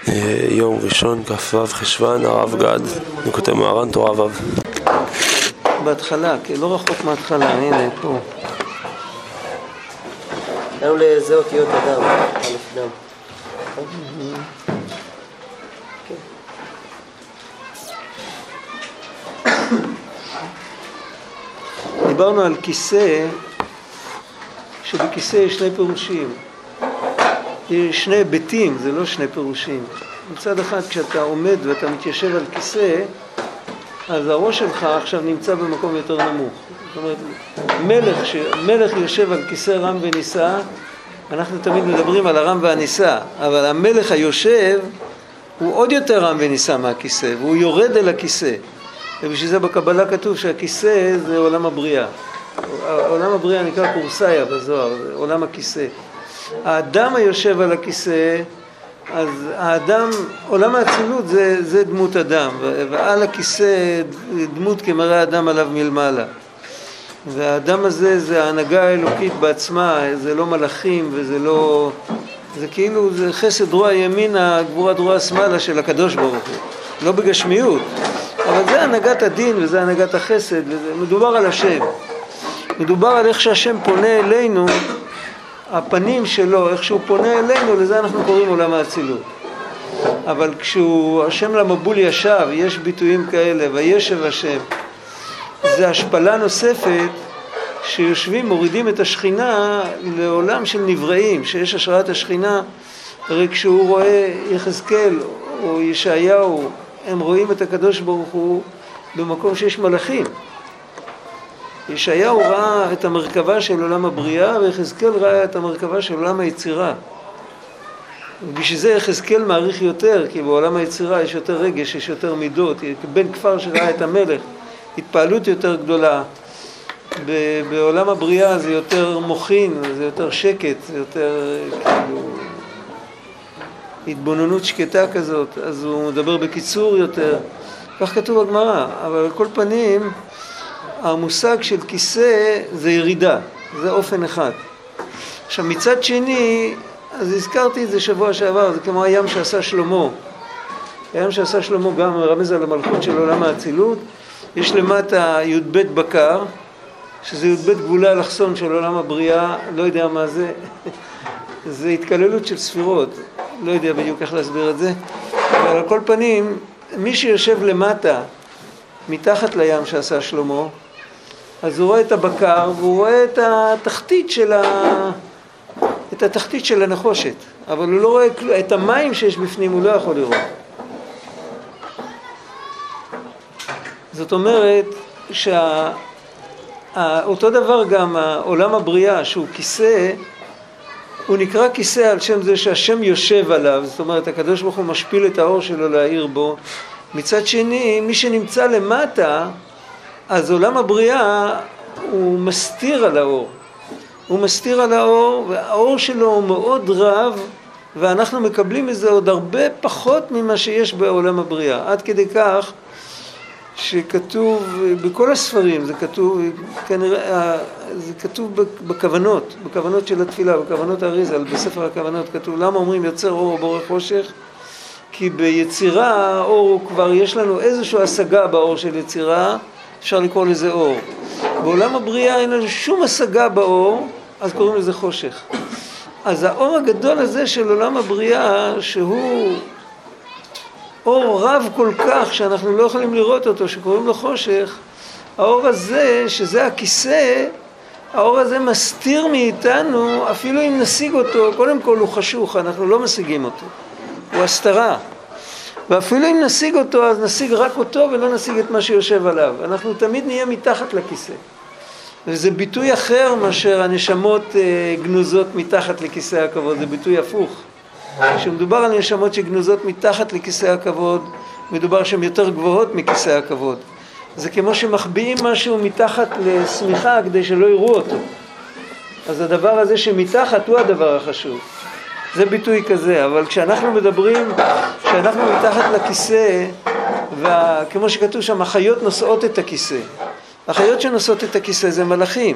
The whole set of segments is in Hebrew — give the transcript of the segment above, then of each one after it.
יום ראשון, כ"ו חשוון, הרב גד, נקוטי מהר"ן, תורה ו'. בהתחלה, לא רחוק מההתחלה, הנה, פה. לנו לזה אותיות אדם, אלף דם. דיברנו על כיסא, שבכיסא יש שני פירושים. יש שני היבטים, זה לא שני פירושים. מצד אחד, כשאתה עומד ואתה מתיישב על כיסא, אז הראש שלך עכשיו נמצא במקום יותר נמוך. זאת אומרת, מלך יושב על כיסא רם ונישא, אנחנו תמיד מדברים על הרם והנישא, אבל המלך היושב הוא עוד יותר רם ונישא מהכיסא, והוא יורד אל הכיסא. ובשביל זה בקבלה כתוב שהכיסא זה עולם הבריאה. עולם הבריאה נקרא קורסאיה בזוהר, זה עולם הכיסא. האדם היושב על הכיסא, אז האדם, עולם האצילות זה דמות אדם, ועל הכיסא דמות כמראה אדם עליו מלמעלה. והאדם הזה זה ההנהגה האלוקית בעצמה, זה לא מלאכים וזה לא... זה כאילו, זה חסד רוע ימינה, גבורה רוע שמאלה של הקדוש ברוך הוא. לא בגשמיות, אבל זה הנהגת הדין וזה הנהגת החסד, מדובר על השם. מדובר על איך שהשם פונה אלינו, הפנים שלו, איך שהוא פונה אלינו, לזה אנחנו קוראים עולם האצילות. אבל כשהוא, השם למבול ישב, יש ביטויים כאלה, וישב השם, זה השפלה נוספת שיושבים, מורידים את השכינה לעולם של נבראים, שיש השראת השכינה. הרי כשהוא רואה יחזקאל או ישעיהו, הם רואים את הקדוש ברוך הוא במקום שיש מלאכים. ישעיהו ראה את המרכבה של עולם הבריאה, ויחזקאל ראה את המרכבה של עולם היצירה. ובשביל זה יחזקאל מעריך יותר, כי בעולם היצירה יש יותר רגש, יש יותר מידות. בן כפר שראה את המלך, התפעלות יותר גדולה. בעולם הבריאה זה יותר מוחין, זה יותר שקט, זה יותר כאילו התבוננות שקטה כזאת, אז הוא מדבר בקיצור יותר. כך כתוב בגמרא, אבל על כל פנים המושג של כיסא זה ירידה, זה אופן אחד. עכשיו מצד שני, אז הזכרתי את זה שבוע שעבר, זה כמו הים שעשה שלמה. הים שעשה שלמה גם רמז על המלכות של עולם האצילות. יש למטה י"ב בקר, שזה י"ב גבולה אלכסון של עולם הבריאה, לא יודע מה זה. זה התקללות של ספירות, לא יודע בדיוק איך להסביר את זה. אבל על כל פנים, מי שיושב למטה, מתחת לים שעשה שלמה, אז הוא רואה את הבקר והוא רואה את התחתית של הנחושת, אבל הוא לא רואה את המים שיש בפנים, הוא לא יכול לראות. זאת אומרת אותו דבר גם העולם הבריאה שהוא כיסא, הוא נקרא כיסא על שם זה שהשם יושב עליו, זאת אומרת הקדוש ברוך הוא משפיל את האור שלו להאיר בו. מצד שני, מי שנמצא למטה, אז עולם הבריאה הוא מסתיר על האור. הוא מסתיר על האור, והאור שלו הוא מאוד רב, ואנחנו מקבלים מזה עוד הרבה פחות ממה שיש בעולם הבריאה. עד כדי כך שכתוב בכל הספרים, זה כתוב, כנראה, זה כתוב בכוונות של התפילה, בכוונות האריזה, בספר הכוונות כתוב, למה אומרים יוצר אור ובורא חושך? כי ביצירה האור כבר יש לנו איזושהי השגה באור של יצירה, אפשר לקרוא לזה אור. בעולם הבריאה אין לנו שום השגה באור, אז קוראים לזה חושך. אז האור הגדול הזה של עולם הבריאה, שהוא אור רב כל כך שאנחנו לא יכולים לראות אותו, שקוראים לו חושך, האור הזה, שזה הכיסא, האור הזה מסתיר מאיתנו, אפילו אם נשיג אותו, קודם כל הוא חשוך, אנחנו לא משיגים אותו, הוא הסתרה. ואפילו אם נשיג אותו, אז נשיג רק אותו ולא נשיג את מה שיושב עליו. אנחנו תמיד נהיה מתחת לכיסא. וזה ביטוי אחר מאשר הנשמות גנוזות מתחת לכיסא הכבוד, זה ביטוי הפוך. כשמדובר על נשמות שגנוזות מתחת לכיסא הכבוד, מדובר שהן יותר גבוהות מכיסא הכבוד. זה כמו שמחביאים משהו מתחת לשמיכה כדי שלא יראו אותו. אז הדבר הזה שמתחת הוא הדבר החשוב. זה ביטוי כזה, אבל כשאנחנו מדברים, כשאנחנו מתחת לכיסא, וכמו שכתוב שם, החיות נושאות את הכיסא. החיות שנושאות את הכיסא זה מלאכים.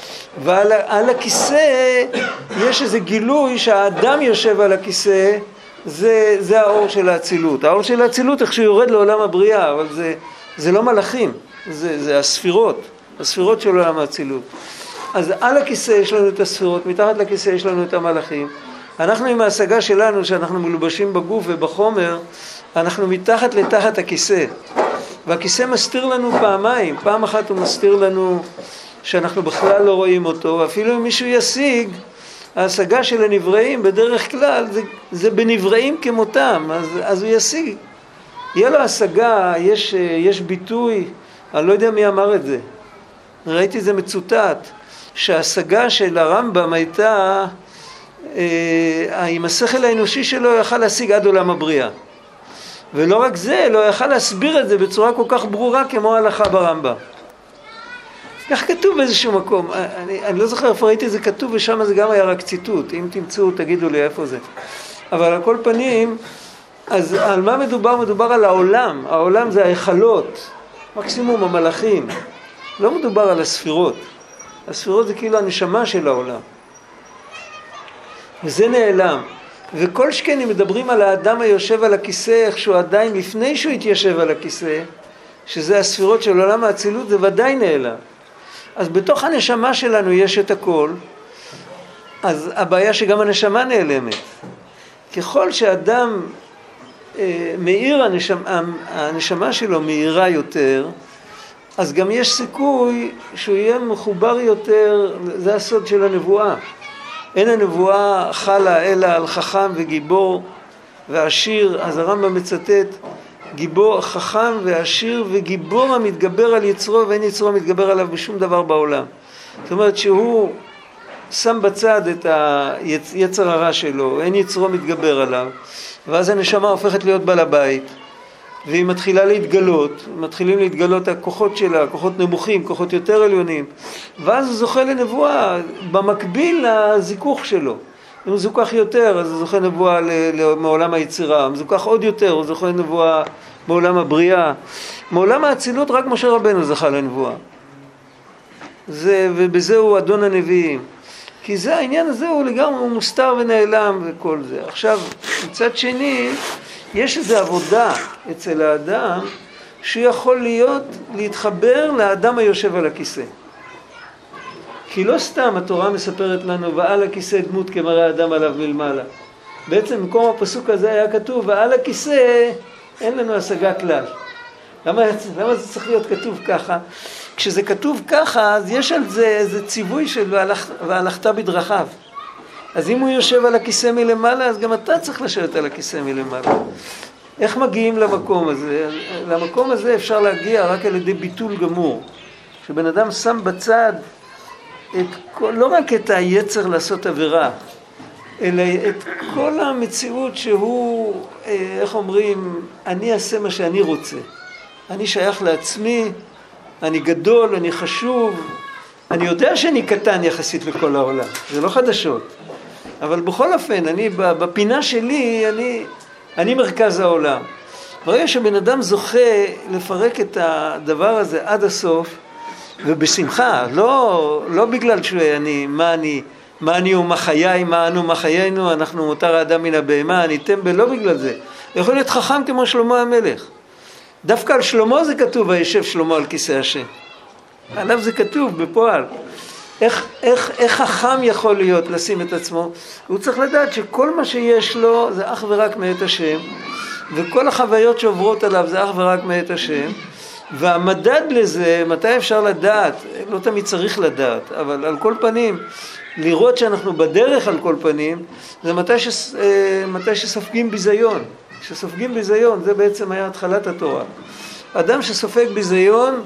ועל הכיסא יש איזה גילוי שהאדם יושב על הכיסא, זה האור של האצילות. האור של האצילות איך שהוא יורד לעולם הבריאה, אבל זה לא מלאכים, זה הספירות של עולם האצילות. אז על הכיסא יש לנו את הספירות, מתחת לכיסא יש לנו את המלאכים. אנחנו עם ההשגה שלנו, שאנחנו מלובשים בגוף ובחומר, אנחנו מתחת לתחת הכיסא. והכיסא מסתיר לנו פעמיים. פעם אחת הוא מסתיר לנו שאנחנו בכלל לא רואים אותו, אפילו אם מישהו ישיג, ההשגה של הנבראים בדרך כלל זה בנבראים כמותם, אז הוא ישיג. יהיה לו השגה, יש ביטוי, אני לא יודע מי אמר את זה. ראיתי זה מצוטט, שההשגה של הרמב"ם הייתה, עם השכל האנושי שלו יכל להשיג עד עולם הבריאה. ולא רק זה, לא יכל להסביר את זה בצורה כל כך ברורה כמו ההלכה ברמב"ם. כך כתוב באיזשהו מקום, אני לא זוכר איפה ראיתי את זה כתוב, ושם זה גם היה רק ציטוט, אם תמצאו תגידו לי איפה זה. אבל על כל פנים, אז על מה מדובר? מדובר על העולם. העולם זה ההיכלות, מקסימום המלאכים. לא מדובר על הספירות. הספירות זה כאילו הנשמה של העולם. וזה נעלם. וכל שכן אם מדברים על האדם היושב על הכיסא, איך שהוא עדיין לפני שהוא התיישב על הכיסא, שזה הספירות של עולם האצילות, זה ודאי נעלם. אז בתוך הנשמה שלנו יש את הכל, אז הבעיה שגם הנשמה נעלמת. ככל שאדם מאיר, הנשמה שלו מאירה יותר, אז גם יש סיכוי שהוא יהיה מחובר יותר, זה הסוד של הנבואה. אין הנבואה חלה אלא על חכם וגיבור ועשיר, אז הרמב"ם מצטט, גיבור, חכם ועשיר וגיבור המתגבר על יצרו, ואין יצרו מתגבר עליו בשום דבר בעולם. זאת אומרת שהוא שם בצד את היצר הרע שלו, אין יצרו מתגבר עליו, ואז הנשמה הופכת להיות בעל הבית, והיא מתחילה להתגלות, מתחילים להתגלות הכוחות שלה, כוחות נמוכים, כוחות יותר עליונים, ואז הוא זוכה לנבואה במקביל לזיכוך שלו. אם הוא זוכח יותר, אז הוא זוכה נבואה מעולם היצירה, אם הוא זוכח עוד יותר, הוא זוכה נבואה מעולם הבריאה. מעולם האצילות רק משה רבנו זכה לנבואה. ובזה הוא אדון הנביאים. כי זה העניין הזה, הוא לגמרי, הוא מוסתר ונעלם וכל זה. עכשיו, מצד שני, יש איזו עבודה אצל האדם, שהוא יכול להתחבר לאדם היושב על הכיסא. כי לא סתם התורה מספרת לנו, ועל הכיסא דמות כמראה אדם עליו מלמעלה. בעצם במקום הפסוק הזה היה כתוב, ועל הכיסא אין לנו השגה כלל. למה זה צריך להיות כתוב ככה? כשזה כתוב ככה, אז יש על זה איזה ציווי של והלכת בדרכיו. אז אם הוא יושב על הכיסא מלמעלה, אז גם אתה צריך לשבת על הכיסא מלמעלה. איך מגיעים למקום הזה? למקום הזה אפשר להגיע רק על ידי ביטול גמור. שבן אדם שם בצד לא רק את היצר לעשות עבירה, אלא את כל המציאות שהוא, איך אומרים, אני אעשה מה שאני רוצה. אני שייך לעצמי, אני גדול, אני חשוב, אני יודע שאני קטן יחסית לכל העולם, זה לא חדשות. אבל בכל אופן, אני בפינה שלי, אני מרכז העולם. ברגע שבן אדם זוכה לפרק את הדבר הזה עד הסוף, ובשמחה, לא בגלל מה אני ומה חיי, מה אנו ומה חיינו, אנחנו מותר האדם מן הבהמה, אני טמבל, לא בגלל זה. יכול להיות חכם כמו שלמה המלך. דווקא על שלמה זה כתוב, הישב שלמה על כיסא השם. עליו זה כתוב בפועל. איך חכם יכול להיות לשים את עצמו? הוא צריך לדעת שכל מה שיש לו זה אך ורק מאת השם, וכל החוויות שעוברות עליו זה אך ורק מאת השם, והמדד לזה, מתי אפשר לדעת? לא תמיד צריך לדעת, אבל על כל פנים, לראות שאנחנו בדרך על כל פנים, זה מתי שסופגים ביזיון. כשסופגים ביזיון, זה בעצם היה התחלת התורה. אדם שסופג ביזיון,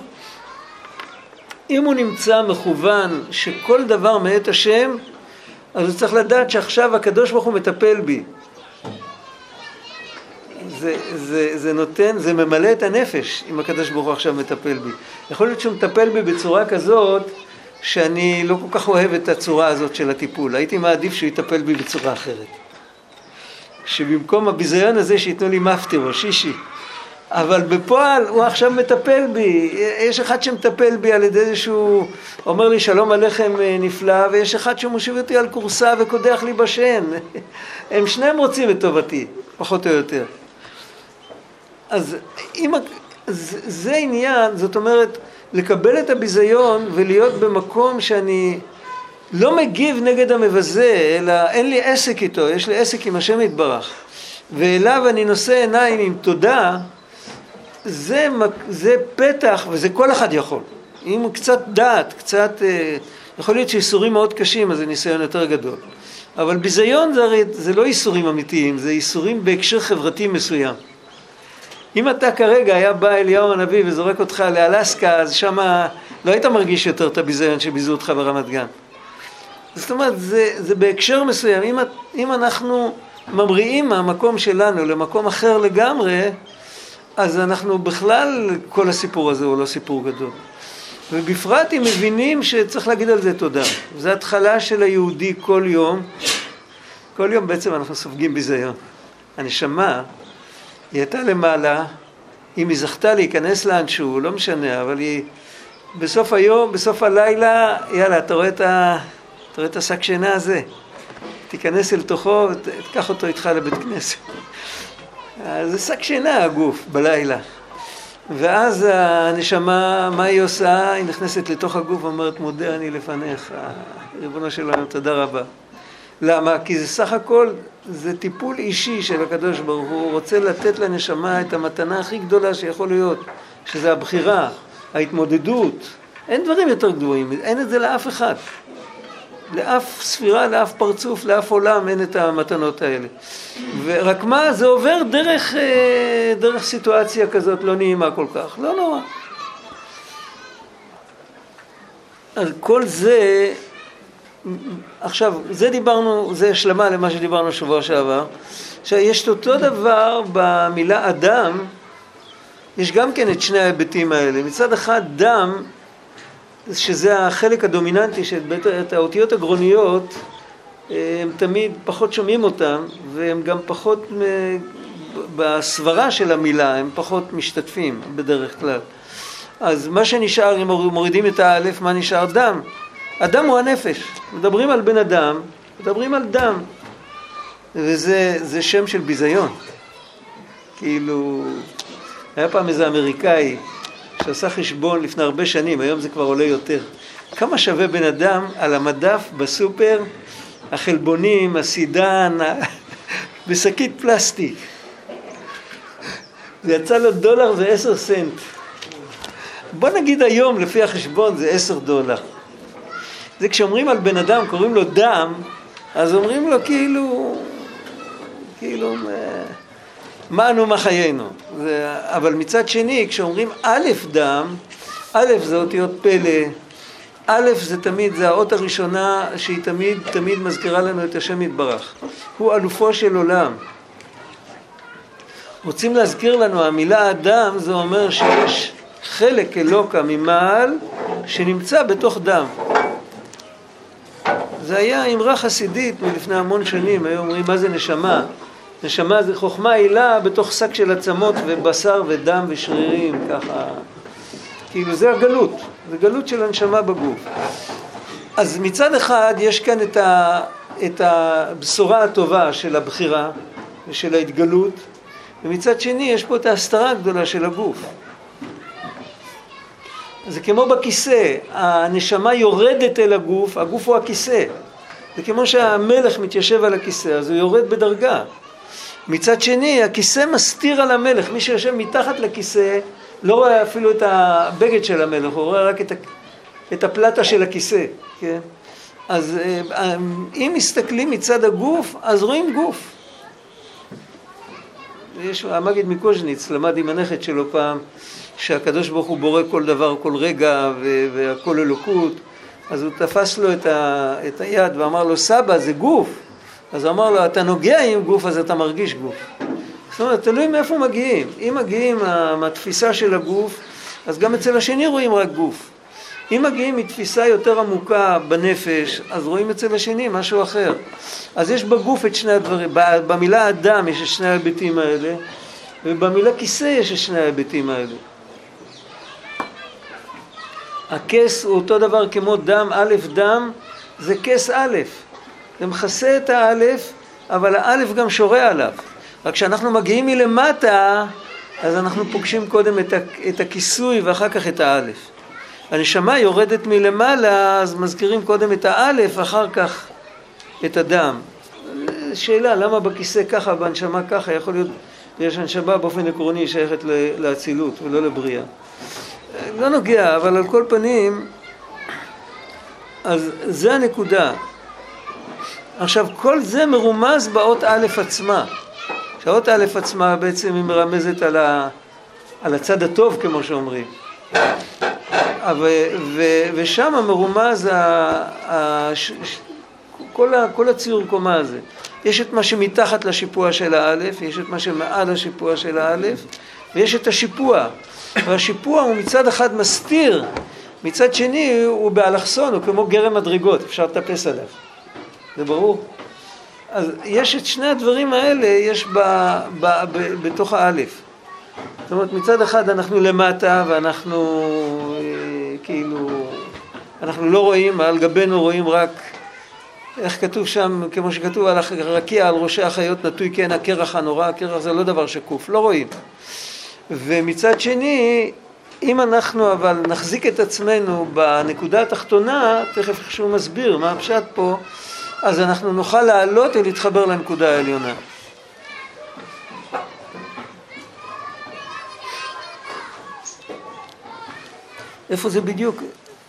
אם הוא נמצא מכוון שכל דבר מאת השם, אז הוא צריך לדעת שעכשיו הקדוש ברוך הוא מטפל בי. זה נותן, זה ממלא את הנפש אם הקדוש ברוך הוא עכשיו מטפל בי. יכול להיות שהוא מטפל בי בצורה כזאת שאני לא כל כך אוהב את הצורה הזאת של הטיפול. הייתי מעדיף שהוא יטפל בי בצורה אחרת. שבמקום הביזיון הזה שיתנו לי מפטר או שישי. אבל בפועל הוא עכשיו מטפל בי. יש אחד שמטפל בי על ידי איזשהו, אומר לי שלום עליכם נפלא, ויש אחד שמושיב אותי על קורסה וקודח לי בשן. הם שניהם רוצים את טובתי, פחות או יותר. אז זה עניין, זאת אומרת, לקבל את הביזיון ולהיות במקום שאני לא מגיב נגד המבזה, אלא אין לי עסק איתו, יש לי עסק עם השם יתברך. ואליו אני נושא עיניים עם תודה, זה פתח, וזה כל אחד יכול. אם קצת דעת, קצת, יכול להיות שאיסורים מאוד קשים, אז זה ניסיון יותר גדול. אבל ביזיון זה לא איסורים אמיתיים, זה איסורים בהקשר חברתי מסוים. אם אתה כרגע היה בא אליהו הנביא וזורק אותך לאלסקה, אז שם לא היית מרגיש יותר את הביזיון שביזו אותך ברמת גן. זאת אומרת, זה בהקשר מסוים. אם אנחנו ממריאים מהמקום שלנו למקום אחר לגמרי, אז אנחנו בכלל, כל הסיפור הזה הוא לא סיפור גדול. ובפרט אם מבינים שצריך להגיד על זה תודה. זו התחלה של היהודי כל יום. כל יום בעצם אנחנו סופגים ביזיון. הנשמה, היא הייתה למעלה, אם היא זכתה להיכנס לאנשהו, לא משנה, אבל היא בסוף היום, בסוף הלילה, יאללה, אתה רואה את השק שינה הזה. תיכנס אל תוכו ותקח אותו איתך לבית כנסת. זה שק שינה הגוף בלילה. ואז הנשמה, מה היא עושה? היא נכנסת לתוך הגוף ואומרת, מודה אני לפניך, ריבונו שלנו, תודה רבה. למה? כי זה סך הכל, זה טיפול אישי של הקדוש ברוך הוא, רוצה לתת לנשמה את המתנה הכי גדולה שיכול להיות, שזה הבחירה, ההתמודדות. אין דברים יותר גדולים, אין את זה לאף אחד. לאף ספירה, לאף פרצוף, לאף עולם אין את המתנות האלה. ורק מה, זה עובר דרך סיטואציה כזאת לא נעימה כל כך, לא נורא. על כל זה, עכשיו, זה השלמה למה שדיברנו שבוע שעבר. עכשיו, יש אותו דבר במילה אדם, יש גם כן את שני ההיבטים האלה. מצד אחד, דם, שזה החלק הדומיננטי, שאת האותיות הגרוניות, הם תמיד פחות שומעים אותם, והם גם פחות, בסברה של המילה, הם פחות משתתפים בדרך כלל. אז מה שנשאר, אם מורידים את האלף, מה נשאר? דם. אדם הוא הנפש. מדברים על בן אדם, מדברים על דם. וזה שם של ביזיון. כאילו, היה פעם איזה אמריקאי שעשה חשבון לפני הרבה שנים, היום זה כבר עולה יותר. כמה שווה בן אדם על המדף בסופר, החלבונים, הסידן, בשקית פלסטיק. זה יצא לו $1.10. בוא נגיד היום, לפי החשבון, זה $10. זה כשאומרים על בן אדם, קוראים לו דם, אז אומרים לו כאילו, מה אנו מה חיינו. אבל מצד שני, כשאומרים א' דם, א' זה אותיות פלא, א' זה תמיד, זה האות הראשונה שהיא תמיד מזכירה לנו את השם יתברך. הוא אלופו של עולם. רוצים להזכיר לנו, המילה אדם זה אומר שיש חלק אלוקה ממעל שנמצא בתוך דם. זה היה אמרה חסידית מלפני המון שנים, היו אומרים מה זה נשמה? נשמה זה חוכמה עילה בתוך שק של עצמות ובשר ודם ושרירים, ככה. כאילו זה הגלות, זה גלות של הנשמה בגוף. אז מצד אחד יש כאן את הבשורה הטובה של הבחירה ושל ההתגלות, ומצד שני יש פה את ההסתרה הגדולה של הגוף. זה כמו בכיסא, הנשמה יורדת אל הגוף, הגוף הוא הכיסא. זה כמו שהמלך מתיישב על הכיסא, אז הוא יורד בדרגה. מצד שני, הכיסא מסתיר על המלך, מי שיושב מתחת לכיסא לא רואה אפילו את הבגד של המלך, הוא רואה רק את הפלטה של הכיסא. כן? אז אם מסתכלים מצד הגוף, אז רואים גוף. יש המגיד מקוז'ניץ, למד עם הנכד שלו פעם, שהקדוש ברוך הוא בורא כל דבר, כל רגע והכל אלוקות, אז הוא תפס לו את היד ואמר לו, סבא, זה גוף. אז הוא אמר לו, אתה נוגע עם גוף, אז אתה מרגיש גוף. זאת אומרת, תלוי מאיפה מגיעים. אם מגיעים מהתפיסה של הגוף, אז גם אצל השני רואים רק גוף. אם מגיעים מתפיסה יותר עמוקה בנפש, אז רואים אצל השני משהו אחר. אז יש בגוף את שני הדברים, במילה אדם יש את שני ההיבטים האלה, ובמילה כיסא יש את שני ההיבטים האלה. הכס הוא אותו דבר כמו דם, א' דם, זה כס א'. זה מכסה את האלף, אבל האלף גם שורה עליו. רק כשאנחנו מגיעים מלמטה, אז אנחנו פוגשים קודם את הכיסוי ואחר כך את האלף. הנשמה יורדת מלמעלה, אז מזכירים קודם את האלף, אחר כך את הדם. שאלה, למה בכיסא ככה, בהנשמה ככה? יכול להיות, יש הנשמה באופן עקרוני שייכת לאצילות ולא לבריאה. לא נוגע, אבל על כל פנים, אז זה הנקודה. עכשיו, כל זה מרומז באות א' עצמה. שהאות א' עצמה בעצם היא מרמזת על הצד הטוב, כמו שאומרים. ושם מרומז כל הציור קומה הזה. יש את מה שמתחת לשיפוע של האלף, יש את מה שמעל השיפוע של האלף, ויש את השיפוע. והשיפוע הוא מצד אחד מסתיר, מצד שני הוא באלכסון, הוא כמו גרם מדרגות, אפשר לטפס עליו. זה ברור? אז יש את שני הדברים האלה, יש בתוך האלף. זאת אומרת, מצד אחד אנחנו למטה ואנחנו כאילו, אנחנו לא רואים, על גבינו רואים רק, איך כתוב שם, כמו שכתוב על הרקיע, על ראשי החיות נטוי כן הקרח הנורא, הקרח זה לא דבר שקוף, לא רואים. ומצד שני, אם אנחנו אבל נחזיק את עצמנו בנקודה התחתונה, תכף שהוא מסביר מה הפשט פה, אז אנחנו נוכל לעלות ולהתחבר לנקודה העליונה. איפה זה בדיוק?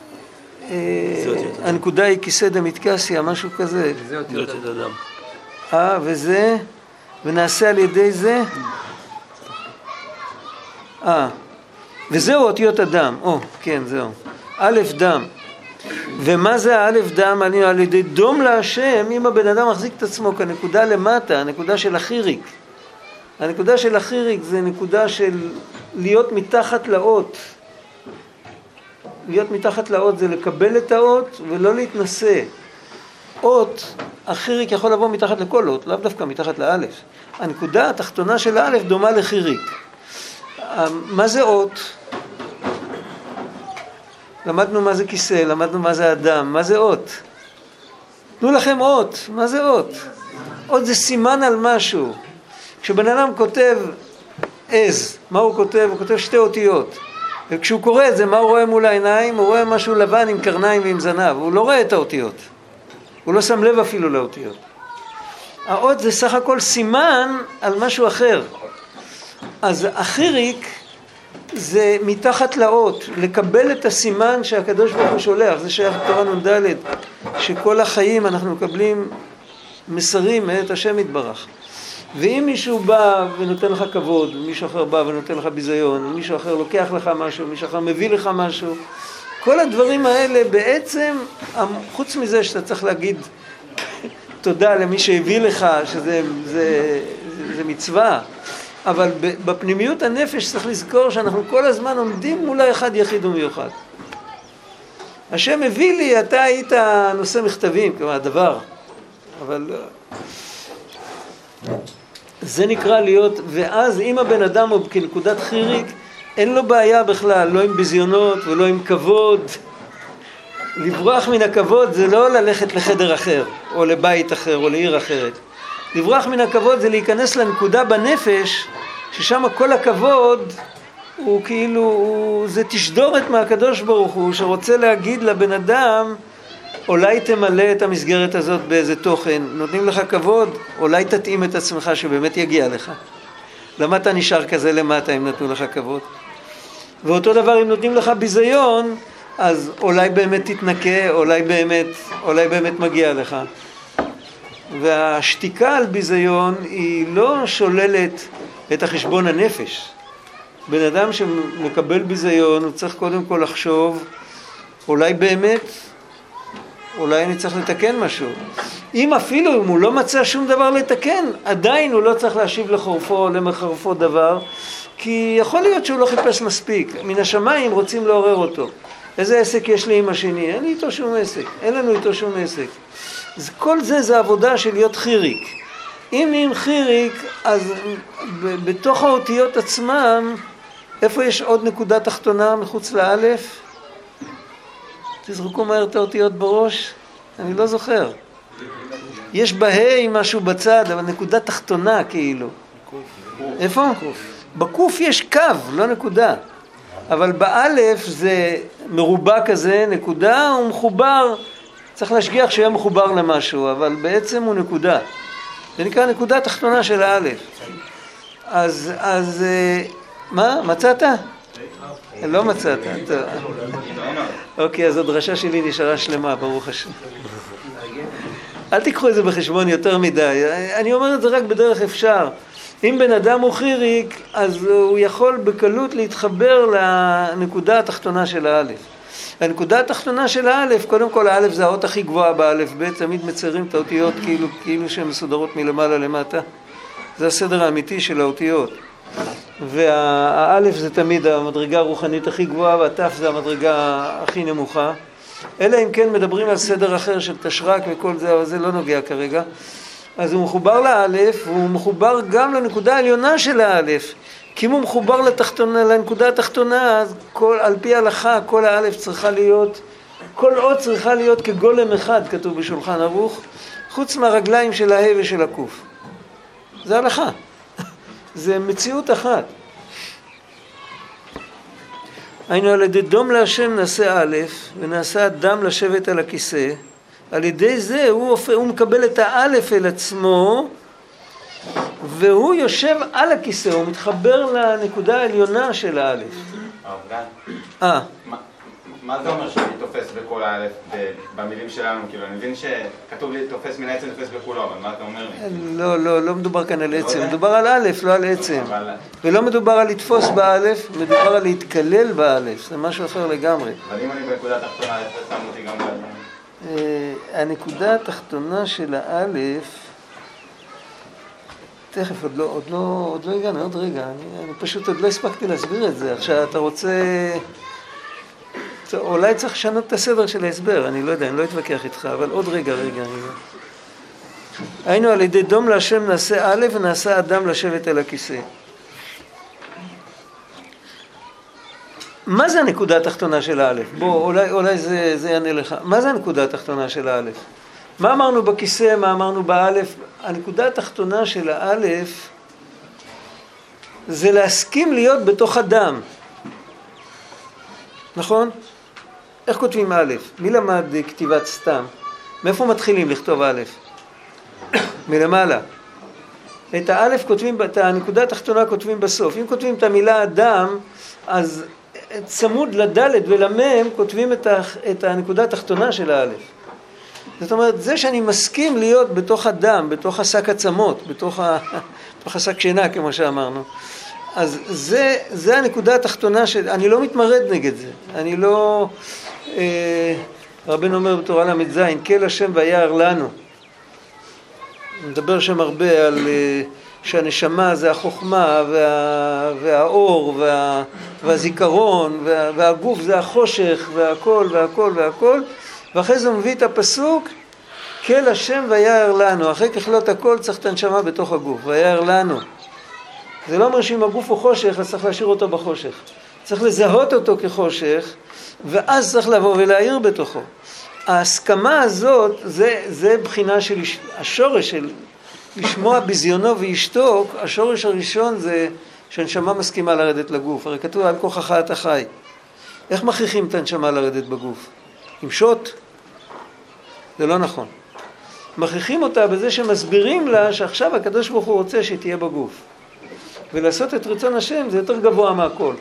הנקודה היא כיסא דמתקסיה, משהו כזה. זה אותיות אדם. וזה, ונעשה על ידי זה? וזהו אותיות הדם. כן, זהו. א' דם. ומה זה האלף דם? על ידי דום להשם, אם הבן אדם מחזיק את עצמו כנקודה למטה, הנקודה של החיריק. הנקודה של החיריק זה נקודה של להיות מתחת לאות. להיות מתחת לאות זה לקבל את האות ולא להתנסה. אות, החיריק יכול לבוא מתחת לכל אות, לאו דווקא מתחת לאלף. הנקודה התחתונה של האלף דומה לחיריק. מה זה אות? למדנו מה זה כיסא, למדנו מה זה אדם, מה זה אות? תנו לכם אות, מה זה אות? אות זה סימן על משהו. כשבן אדם כותב עז, מה הוא כותב? הוא כותב שתי אותיות. וכשהוא קורא את זה, מה הוא רואה מול העיניים? הוא רואה משהו לבן עם קרניים ועם זנב, הוא לא רואה את האותיות. הוא לא שם לב אפילו לאותיות. האות זה סך הכל סימן על משהו אחר. אז החיריק זה מתחת לאות, לקבל את הסימן שהקדוש ברוך הוא שולח. זה שייך לתורה נ"ד, שכל החיים אנחנו מקבלים מסרים מאת השם יתברך. ואם מישהו בא ונותן לך כבוד, ומישהו אחר בא ונותן לך ביזיון, ומישהו אחר לוקח לך משהו, ומישהו אחר מביא לך משהו, כל הדברים האלה בעצם, חוץ מזה שאתה צריך להגיד תודה למי שהביא לך, שזה מצווה, אבל בפנימיות הנפש צריך לזכור שאנחנו כל הזמן עומדים מול האחד יחיד ומיוחד. השם הביא לי, אתה היית נושא מכתבים, כלומר הדבר, אבל זה נקרא להיות, ואז אם הבן אדם הוא כנקודת חיריק, אין לו בעיה בכלל, לא עם ביזיונות ולא עם כבוד. לברוח מן הכבוד זה לא ללכת לחדר אחר, או לבית אחר, או לעיר אחרת. לברוח מן הכבוד זה להיכנס לנקודה בנפש, ששם כל הכבוד הוא כאילו, זה תשדורת מהקדוש ברוך הוא, שרוצה להגיד לבן אדם, אולי תמלא את המסגרת הזאת באיזה תוכן, נותנים לך כבוד, אולי תתאים את עצמך שבאמת יגיע לך. למה אתה נשאר כזה למטה אם נתנו לך כבוד? ואותו דבר אם נותנים לך ביזיון, אז אולי באמת תתנקה, אולי באמת מגיע לך. והשתיקה על ביזיון היא לא שוללת את החשבון הנפש. בן אדם שמקבל ביזיון הוא צריך קודם כל לחשוב, אולי באמת, אולי אני צריך לתקן משהו. אם אפילו אם הוא לא מצא שום דבר לתקן, עדיין הוא לא צריך להשיב לחורפו או למחרפו דבר, כי יכול להיות שהוא לא חיפש מספיק. מן השמיים רוצים לעורר אותו. איזה עסק יש לי עם השני? אין לי איתו שום עסק. אין לנו איתו שום עסק. אז כל זה עבודה של להיות חיריק. אם נהיים חיריק, אז בתוך האותיות עצמם, איפה יש עוד נקודה תחתונה מחוץ לאלף? תזרקו מהר את האותיות בראש, אני לא זוכר. יש בהי משהו בצד, אבל נקודה תחתונה כאילו. איפה? בקוף יש קו, לא נקודה. אבל באלף זה מרובע כזה, נקודה, הוא מחובר, צריך להשגיח שיהיה מחובר למשהו, אבל בעצם הוא נקודה. זה נקרא נקודה תחתונה של האלף. אז מה? מצאת? לא מצאת. אוקיי, אז הדרשה שלי נשארה שלמה, ברוך השם. אל תיקחו את זה בחשבון יותר מדי. אני אומר את זה רק בדרך אפשר. אם בן אדם הוא חיריק, אז הוא יכול בקלות להתחבר לנקודה התחתונה של האלף. הנקודה התחתונה של האלף, קודם כל האלף זה האות הכי גבוהה באלף ב', תמיד מציירים את האותיות כאילו שהן מסודרות מלמעלה למטה. זה הסדר האמיתי של האותיות. והאלף זה תמיד המדרגה הרוחנית הכי גבוהה, והתף זה המדרגה הכי נמוכה. אלא אם כן מדברים על סדר אחר של תשרק וכל זה, אבל זה לא נוגע כרגע. אז הוא מחובר לאלף, והוא מחובר גם לנקודה העליונה של האלף. כי אם הוא מחובר לנקודה התחתונה, אז על פי ההלכה, כל האלף צריכה להיות, כל אות צריכה להיות כגולם אחד, כתוב בשולחן ערוך, חוץ מהרגליים של הה' ושל הקוף. זה הלכה. זה מציאות אחת. היינו על ידי דום להשם נעשה א' ונעשה דם לשבת על הכיסא. על ידי זה הוא מקבל את האלף אל עצמו, והוא יושב על הכיסא, הוא מתחבר לנקודה העליונה של האלף. מה זה אומר שאני תופס בכל האלף במילים שלנו? כאילו, אני מבין שכתוב לי תופס מן העצם, תופס בכולו, אבל מה אתה אומר לי? לא מדובר כאן על עצם, מדובר על אלף, לא על עצם. ולא מדובר על לתפוס באלף, מדובר על להתקלל באלף, זה משהו אחר לגמרי. אבל אם אני בנקודה התחתונה, איפה שם אותי גם באלף? הנקודה התחתונה של האלף, תכף, עוד לא הגענו, עוד רגע, אני פשוט עוד לא הספקתי להסביר את זה. עכשיו אתה רוצה... אולי צריך לשנות את הסדר של ההסבר, אני לא יודע, אני לא אתווכח איתך, אבל עוד רגע. היינו על ידי דום להשם נעשה א' ונעשה אדם לשבת על הכיסא. מה זה הנקודה התחתונה של האלף? בוא, אולי זה יענה לך. מה זה הנקודה התחתונה של האלף? מה אמרנו בכיסא, מה אמרנו באלף? הנקודה התחתונה של האלף זה להסכים להיות בתוך אדם. נכון? איך כותבים א'? מי למד כתיבת סתם? מאיפה מתחילים לכתוב א'? מלמעלה. את האלף כותבים, את הנקודה התחתונה כותבים בסוף. אם כותבים את המילה אדם, אז צמוד לדלת ולמם כותבים את הנקודה התחתונה של האלף. זאת אומרת, זה שאני מסכים להיות בתוך אדם, בתוך השק עצמות, בתוך השק שינה, כמו שאמרנו. אז זה הנקודה התחתונה אני לא מתמרד נגד זה. אני לא... רבנו אומר בתורה ל"ז, כל השם ויער לנו. מדבר שם הרבה על שהנשמה זה החוכמה והאור והזיכרון והגוף זה החושך והכל. ואחרי זה הוא מביא את הפסוק, כל השם ויער לנו. אחרי ככלות הכל צריך את הנשמה בתוך הגוף, ויער לנו. זה לא אומר שאם הגוף הוא חושך, אז צריך להשאיר אותו בחושך. צריך לזהות אותו כחושך, ואז צריך לבוא ולהעיר בתוכו. ההסכמה הזאת, זה בחינה של השורש של לשמוע בזיונו וישתוק. השורש הראשון זה שהנשמה מסכימה לרדת לגוף. הרי כתוב על כוחך אתה חי. איך מכריחים את הנשמה לרדת בגוף? עם שוט? זה לא נכון. מכריחים אותה בזה שמסבירים לה שעכשיו הקדוש ברוך הוא רוצה שהיא תהיה בגוף. ולעשות את רצון השם זה יותר גבוה מהכל.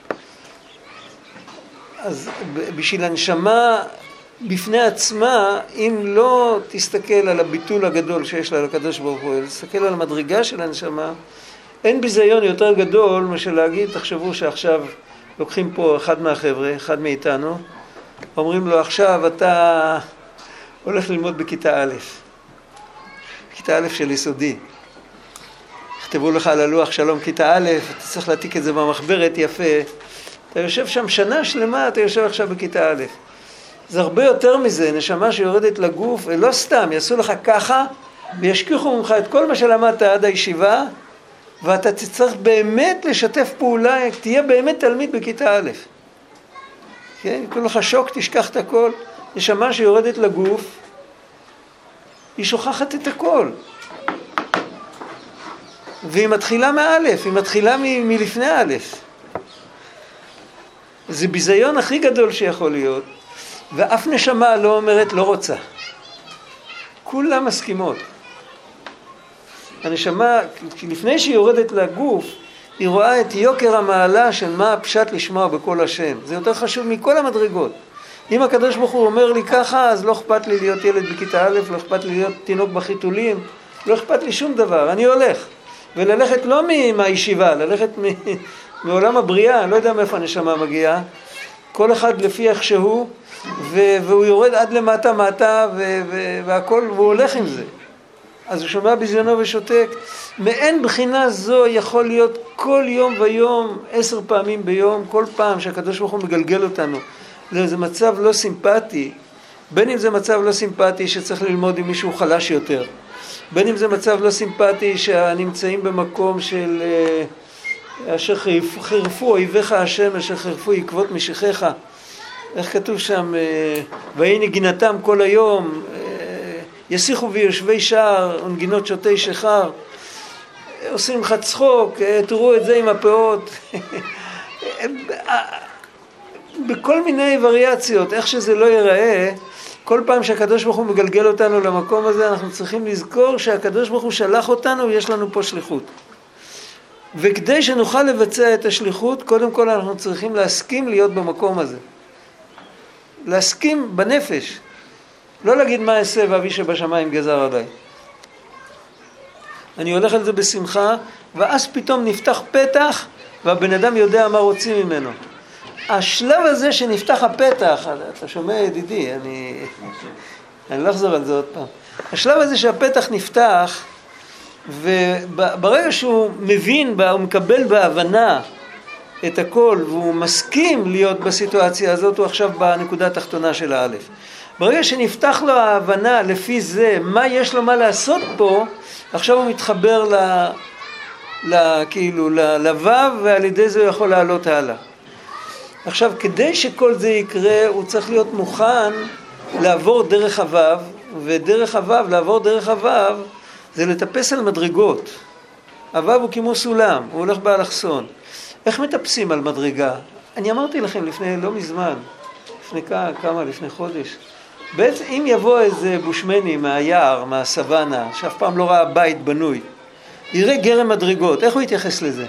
אז בשביל הנשמה בפני עצמה, אם לא תסתכל על הביטול הגדול שיש לה לקדוש ברוך הוא, תסתכל על המדרגה של הנשמה, אין ביזיון יותר גדול משל להגיד, תחשבו שעכשיו לוקחים פה אחד מהחבר'ה, אחד מאיתנו, אומרים לו עכשיו אתה הולך ללמוד בכיתה א', כיתה א' של יסודי. כתבו לך על הלוח שלום כיתה א', אתה צריך להעתיק את זה במחברת יפה. אתה יושב שם שנה שלמה, אתה יושב עכשיו בכיתה א'. זה הרבה יותר מזה, נשמה שיורדת לגוף, ולא סתם, יעשו לך ככה, וישכיחו ממך את כל מה שלמדת עד הישיבה, ואתה תצטרך באמת לשתף פעולה, תהיה באמת תלמיד בכיתה א'. כן? יקראו לך שוק, תשכח את הכל. נשמה שיורדת לגוף, היא שוכחת את הכל. והיא מתחילה מאלף, היא מתחילה מלפני א'. זה ביזיון הכי גדול שיכול להיות, ואף נשמה לא אומרת לא רוצה. כולם מסכימות. הנשמה, לפני שהיא יורדת לגוף, היא רואה את יוקר המעלה של מה הפשט לשמוע בכל השם. זה יותר חשוב מכל המדרגות. אם הקדוש ברוך הוא אומר לי ככה, אז לא אכפת לי להיות ילד בכיתה א', לא אכפת לי להיות תינוק בחיתולים, לא אכפת לי שום דבר, אני הולך. וללכת לא מהישיבה, ללכת מעולם הבריאה, אני לא יודע מאיפה הנשמה מגיעה, כל אחד לפי איך שהוא, והוא יורד עד למטה מטה, והכל, והוא הולך עם זה. אז הוא שומע בזיונו ושותק. מעין בחינה זו יכול להיות כל יום ויום, 10 פעמים ביום, כל פעם שהקדוש ברוך הוא מגלגל אותנו. זה מצב לא סימפטי, בין אם זה מצב לא סימפטי שצריך ללמוד עם מישהו חלש יותר, בין אם זה מצב לא סימפטי שנמצאים במקום של אשר חרפו אויביך השם, אשר חרפו עקבות משיחיך. איך כתוב שם? ויהי נגינתם כל היום, יסיחו ויושבי שער ונגינות שותי שחר. עושים לך צחוק, תראו את זה עם הפאות. בכל מיני וריאציות, איך שזה לא ייראה, כל פעם שהקדוש ברוך הוא מגלגל אותנו למקום הזה, אנחנו צריכים לזכור שהקדוש ברוך הוא שלח אותנו ויש לנו פה שליחות. וכדי שנוכל לבצע את השליחות, קודם כל אנחנו צריכים להסכים להיות במקום הזה. להסכים בנפש. לא להגיד מה אעשה ואבי שבשמיים גזר עליי. אני הולך על זה בשמחה, ואז פתאום נפתח פתח, והבן אדם יודע מה רוצים ממנו. השלב הזה שנפתח הפתח, אתה שומע ידידי, אני לא אחזור על זה עוד פעם. השלב הזה שהפתח נפתח, וברגע שהוא מבין, הוא מקבל בהבנה את הכל, והוא מסכים להיות בסיטואציה הזאת, הוא עכשיו בנקודה התחתונה של האלף. ברגע שנפתח לו ההבנה לפי זה, מה יש לו מה לעשות פה, עכשיו הוא מתחבר כאילו לוו, ועל ידי זה הוא יכול לעלות הלאה. עכשיו, כדי שכל זה יקרה, הוא צריך להיות מוכן לעבור דרך הוו, ודרך הוו, לעבור דרך הוו, זה לטפס על מדרגות. הוו הוא כמו סולם, הוא הולך באלכסון. איך מטפסים על מדרגה? אני אמרתי לכם לפני לא מזמן, לפני חודש. בעצם אם יבוא איזה בושמני מהיער, מהסוואנה, שאף פעם לא ראה בית בנוי, יראה גרם מדרגות, איך הוא יתייחס לזה?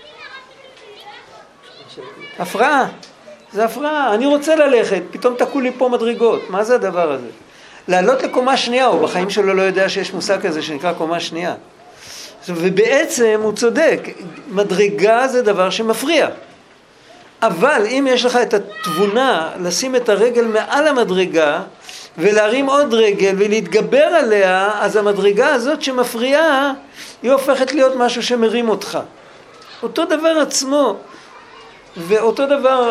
הפרעה, זה הפרעה, אני רוצה ללכת, פתאום תקעו לי פה מדרגות, מה זה הדבר הזה? לעלות לקומה שנייה, הוא בחיים שלו לא יודע שיש מושג כזה שנקרא קומה שנייה. ובעצם הוא צודק, מדרגה זה דבר שמפריע. אבל אם יש לך את התבונה לשים את הרגל מעל המדרגה, ולהרים עוד רגל ולהתגבר עליה, אז המדרגה הזאת שמפריעה, היא הופכת להיות משהו שמרים אותך. אותו דבר עצמו. ואותו דבר,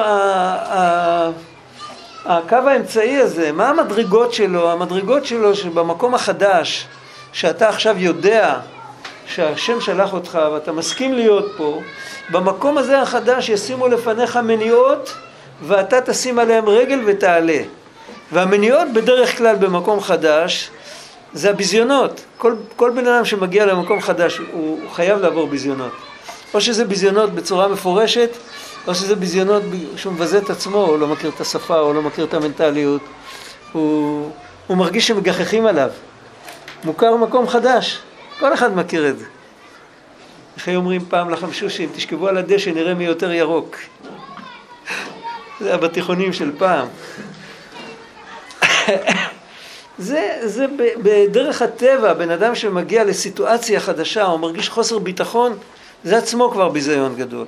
הקו האמצעי הזה, מה המדרגות שלו? המדרגות שלו שבמקום החדש, שאתה עכשיו יודע שהשם שלח אותך ואתה מסכים להיות פה, במקום הזה החדש ישימו לפניך מניעות, ואתה תשים עליהם רגל ותעלה. והמניעות בדרך כלל במקום חדש, זה הביזיונות. כל בן אדם שמגיע למקום חדש, הוא חייב לעבור ביזיונות. או שזה ביזיונות בצורה מפורשת, או שזה ביזיונות שהוא מבזה את עצמו, הוא לא מכיר את השפה, הוא לא מכיר את המנטליות, הוא מרגיש שמגחכים עליו. מוכר מקום חדש, כל אחד מכיר את זה. איך אומרים פעם לחמשושים, תשכבו על הדשא, נראה מי יותר ירוק. זה היה בתיכונים של פעם. זה בדרך הטבע, בן אדם שמגיע לסיטואציה חדשה, הוא מרגיש חוסר ביטחון, זה עצמו כבר ביזיון גדול.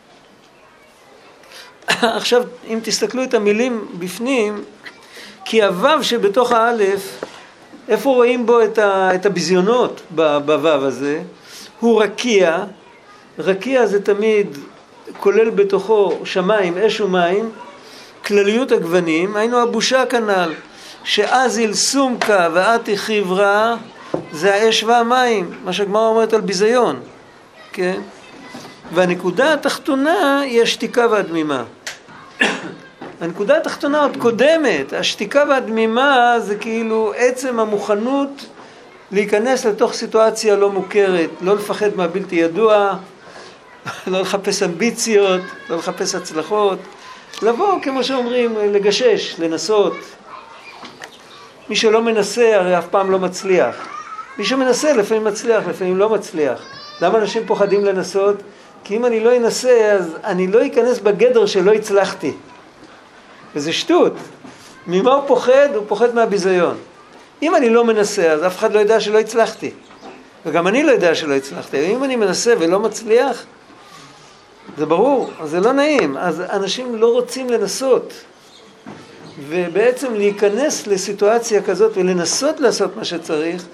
עכשיו, אם תסתכלו את המילים בפנים, כי הוו שבתוך האלף, איפה רואים בו את הביזיונות בוו הזה? הוא רקיע. רקיע זה תמיד כולל בתוכו שמיים, אש ומים, כלליות הגוונים, היינו הבושה כנל, שאזיל סומקה ואתי חברה, זה האש והמים, מה שהגמרא אומרת על ביזיון, כן? והנקודה התחתונה היא השתיקה והדמימה. הנקודה התחתונה עוד קודמת, השתיקה והדמימה זה כאילו עצם המוכנות להיכנס לתוך סיטואציה לא מוכרת, לא לפחד מהבלתי ידוע, לא לחפש אמביציות, לא לחפש הצלחות, לבוא כמו שאומרים, לגשש, לנסות. מי שלא מנסה הרי אף פעם לא מצליח. מי שמנסה לפעמים מצליח, לפעמים לא מצליח. למה אנשים פוחדים לנסות? כי אם אני לא אנסה אז אני לא אכנס בגדר שלא הצלחתי. וזה שטות. ממה הוא פוחד? הוא פוחד מהביזיון. אם אני לא מנסה אז אף אחד לא יודע שלא הצלחתי. וגם אני לא יודע שלא הצלחתי. אם אני מנסה ולא מצליח, זה ברור, אז זה לא נעים. אז אנשים לא רוצים לנסות. ובעצם להיכנס לסיטואציה כזאת ולנסות לעשות מה שצריך,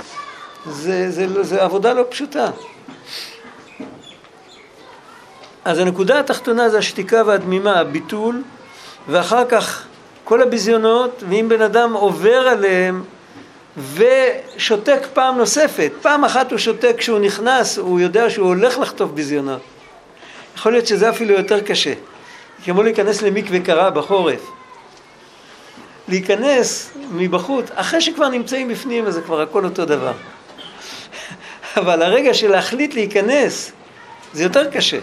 זה עבודה לא פשוטה. אז הנקודה התחתונה זה השתיקה והדמימה, הביטול, ואחר כך כל הביזיונות, ואם בן אדם עובר עליהם ושותק פעם נוספת, פעם אחת הוא שותק כשהוא נכנס, הוא יודע שהוא הולך לחטוף ביזיונות. יכול להיות שזה אפילו יותר קשה, כמו להיכנס למקווה קרה בחורף. להיכנס מבחוץ, אחרי שכבר נמצאים בפנים, אז זה כבר הכל אותו דבר. אבל הרגע של להחליט להיכנס, זה יותר קשה.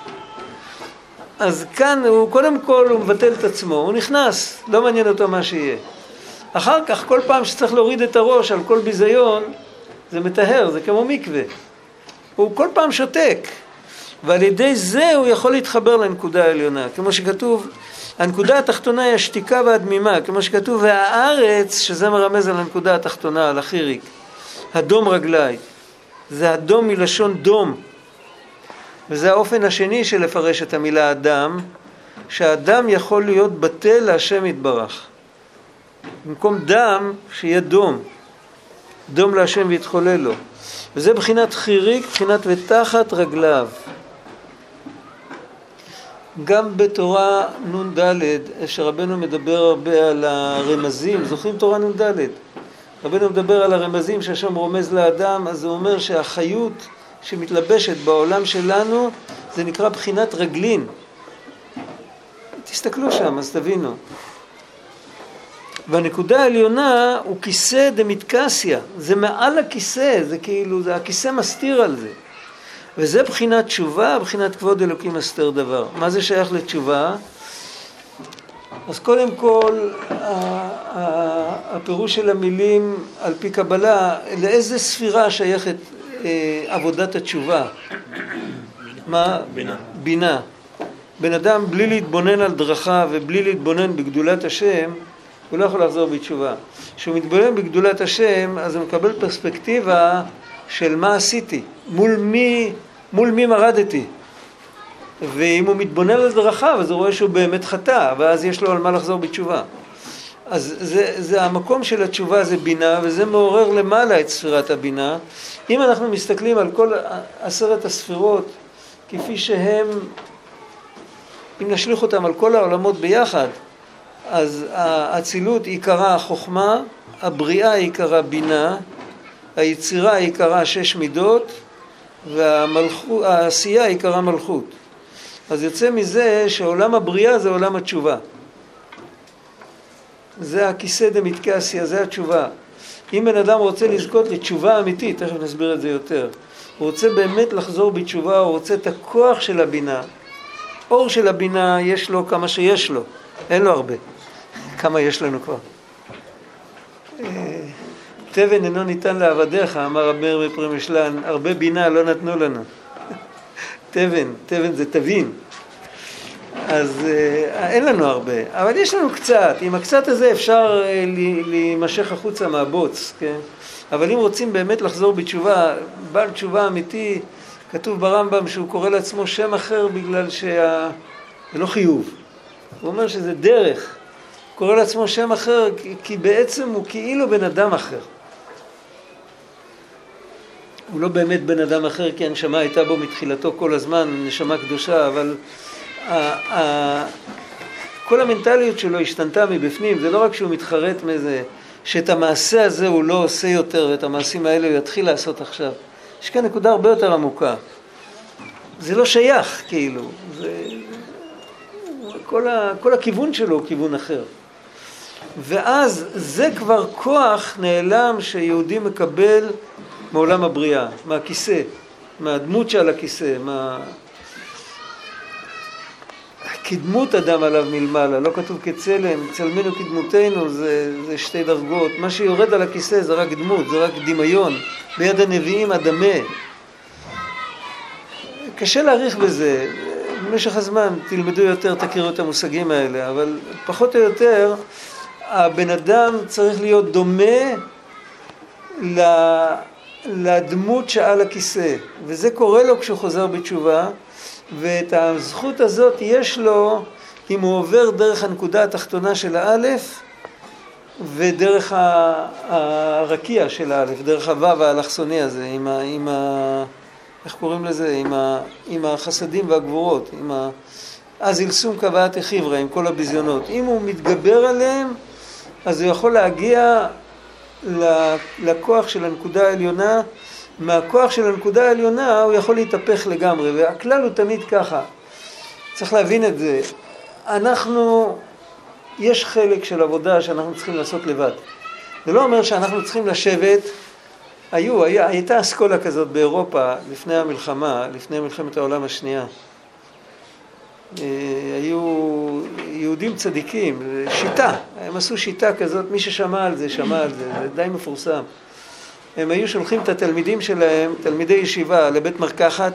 אז כאן הוא קודם כל הוא מבטל את עצמו, הוא נכנס, לא מעניין אותו מה שיהיה. אחר כך כל פעם שצריך להוריד את הראש על כל ביזיון, זה מטהר, זה כמו מקווה. הוא כל פעם שותק, ועל ידי זה הוא יכול להתחבר לנקודה העליונה. כמו שכתוב, הנקודה התחתונה היא השתיקה והדמימה, כמו שכתוב, והארץ, שזה מרמז על הנקודה התחתונה, על החיריק, הדום רגלי. זה הדום מלשון דום. וזה האופן השני של לפרש את המילה אדם, שהאדם יכול להיות בטל להשם יתברך. במקום דם, שיהיה דום. דום להשם ויתחולל לו. וזה בחינת חיריק, בחינת ותחת רגליו. גם בתורה נ"ד, שרבנו מדבר הרבה על הרמזים, זוכרים תורה נ"ד? רבנו מדבר על הרמזים שהשם רומז לאדם, אז הוא אומר שהחיות שמתלבשת בעולם שלנו, זה נקרא בחינת רגלין. תסתכלו שם, אז תבינו. והנקודה העליונה הוא כיסא דמתקסיה, זה מעל הכיסא, זה כאילו, זה הכיסא מסתיר על זה. וזה בחינת תשובה, בחינת כבוד אלוקים אסתר דבר. מה זה שייך לתשובה? אז קודם כל, הפירוש של המילים על פי קבלה, לאיזה ספירה שייכת עבודת התשובה? מה? בינה. בינה. בן אדם בלי להתבונן על דרכה ובלי להתבונן בגדולת השם, הוא לא יכול לחזור בתשובה. כשהוא מתבונן בגדולת השם, אז הוא מקבל פרספקטיבה של מה עשיתי, מול מי מרדתי. ואם הוא מתבונן על דרכיו, אז הוא רואה שהוא באמת חטא, ואז יש לו על מה לחזור בתשובה. אז זה המקום של התשובה, זה בינה, וזה מעורר למעלה את ספירת הבינה. אם אנחנו מסתכלים על כל 10 הספירות, כפי שהם, אם נשליך אותם על כל העולמות ביחד, אז האצילות עיקרה החוכמה, הבריאה עיקרה בינה, היצירה עיקרה 6 מידות, והעשייה עיקרה מלכות. אז יוצא מזה שעולם הבריאה זה עולם התשובה. זה הכיסא דמתקסיה, זה התשובה. אם בן אדם רוצה לזכות לתשובה אמיתית, תכף נסביר את זה יותר, הוא רוצה באמת לחזור בתשובה, הוא רוצה את הכוח של הבינה. אור של הבינה יש לו כמה שיש לו, אין לו הרבה. כמה יש לנו כבר. תבן אינו ניתן לעבדיך, אמר רב מאיר מפרמישלן, הרבה בינה לא נתנו לנו. תבן זה תבין. אז אין לנו הרבה, אבל יש לנו קצת. עם הקצת הזה אפשר להימשך החוצה מהבוץ, כן? אבל אם רוצים באמת לחזור בתשובה, בעל תשובה אמיתי, כתוב ברמב"ם שהוא קורא לעצמו שם אחר בגלל זה לא חיוב. הוא אומר שזה דרך. הוא קורא לעצמו שם אחר כי בעצם הוא כאילו בן אדם אחר. הוא לא באמת בן אדם אחר כי הנשמה הייתה בו מתחילתו כל הזמן, נשמה קדושה, אבל כל המנטליות שלו השתנתה מבפנים. זה לא רק שהוא מתחרט מאיזה שאת המעשה הזה הוא לא עושה יותר, ואת המעשים האלה הוא יתחיל לעשות עכשיו. יש כאן נקודה הרבה יותר עמוקה. זה לא שייך, כאילו. כל הכיוון שלו הוא כיוון אחר. ואז זה כבר כוח נעלם שיהודי מקבל מעולם הבריאה, מהכיסא, מהדמות שעל הכיסא, קדמות אדם עליו מלמעלה, לא כתוב כצלם, צלמנו קדמותנו, זה שתי דרגות. מה שיורד על הכיסא זה רק דמות, זה רק דמיון. ביד הנביאים הדמה. קשה להעריך בזה. במשך הזמן תלמדו יותר, תכירו את המושגים האלה, אבל פחות או יותר הבן אדם צריך להיות דומה לדמות שעל הכיסא, וזה קורה לו כשהוא חוזר בתשובה, ואת הזכות הזאת יש לו אם הוא עובר דרך הנקודה התחתונה של האלף ודרך הרקיע של האלף, דרך הוו האלכסוני הזה, איך קוראים לזה? עם החסדים והגבורות, אז ילסום קבעת החברה, עם כל הביזיונות. אם הוא מתגבר עליהם, אז הוא יכול להגיע לכוח של הנקודה העליונה. מהכוח של הנקודה העליונה הוא יכול להתהפך לגמרי, והכלל הוא תמיד ככה. צריך להבין את זה. יש חלק של עבודה שאנחנו צריכים לעשות לבד. זה לא אומר שאנחנו צריכים לשבת. הייתה אסכולה כזאת באירופה לפני המלחמה, לפני מלחמת העולם השנייה. היו יהודים צדיקים, שיטה, הם עשו שיטה כזאת, מי ששמע על זה, שמע על זה, זה די מפורסם. הם היו שולחים את התלמידים שלהם, תלמידי ישיבה, לבית מרקחת,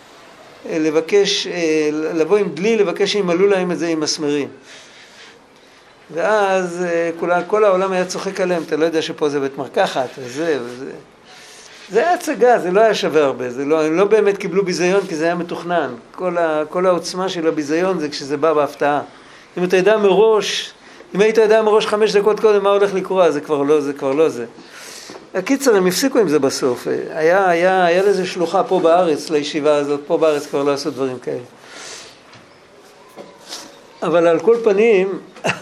לבוא עם דלי, לבקש שימלאו להם את זה עם מסמרים. ואז כל העולם היה צוחק עליהם, אתה לא יודע שפה זה בית מרקחת, וזה. זה היה הצגה, זה לא היה שווה הרבה, הם לא באמת קיבלו ביזיון כי זה היה מתוכנן. כל העוצמה של הביזיון זה כשזה בא בהפתעה. אם היית יודע מראש 5 דקות קודם מה הולך לקרוא, זה כבר לא זה. הקיצר, הם הפסיקו עם זה בסוף. היה לזה שלוחה פה בארץ, לישיבה הזאת, פה בארץ כבר לא עשו דברים כאלה. אבל על כל פנים,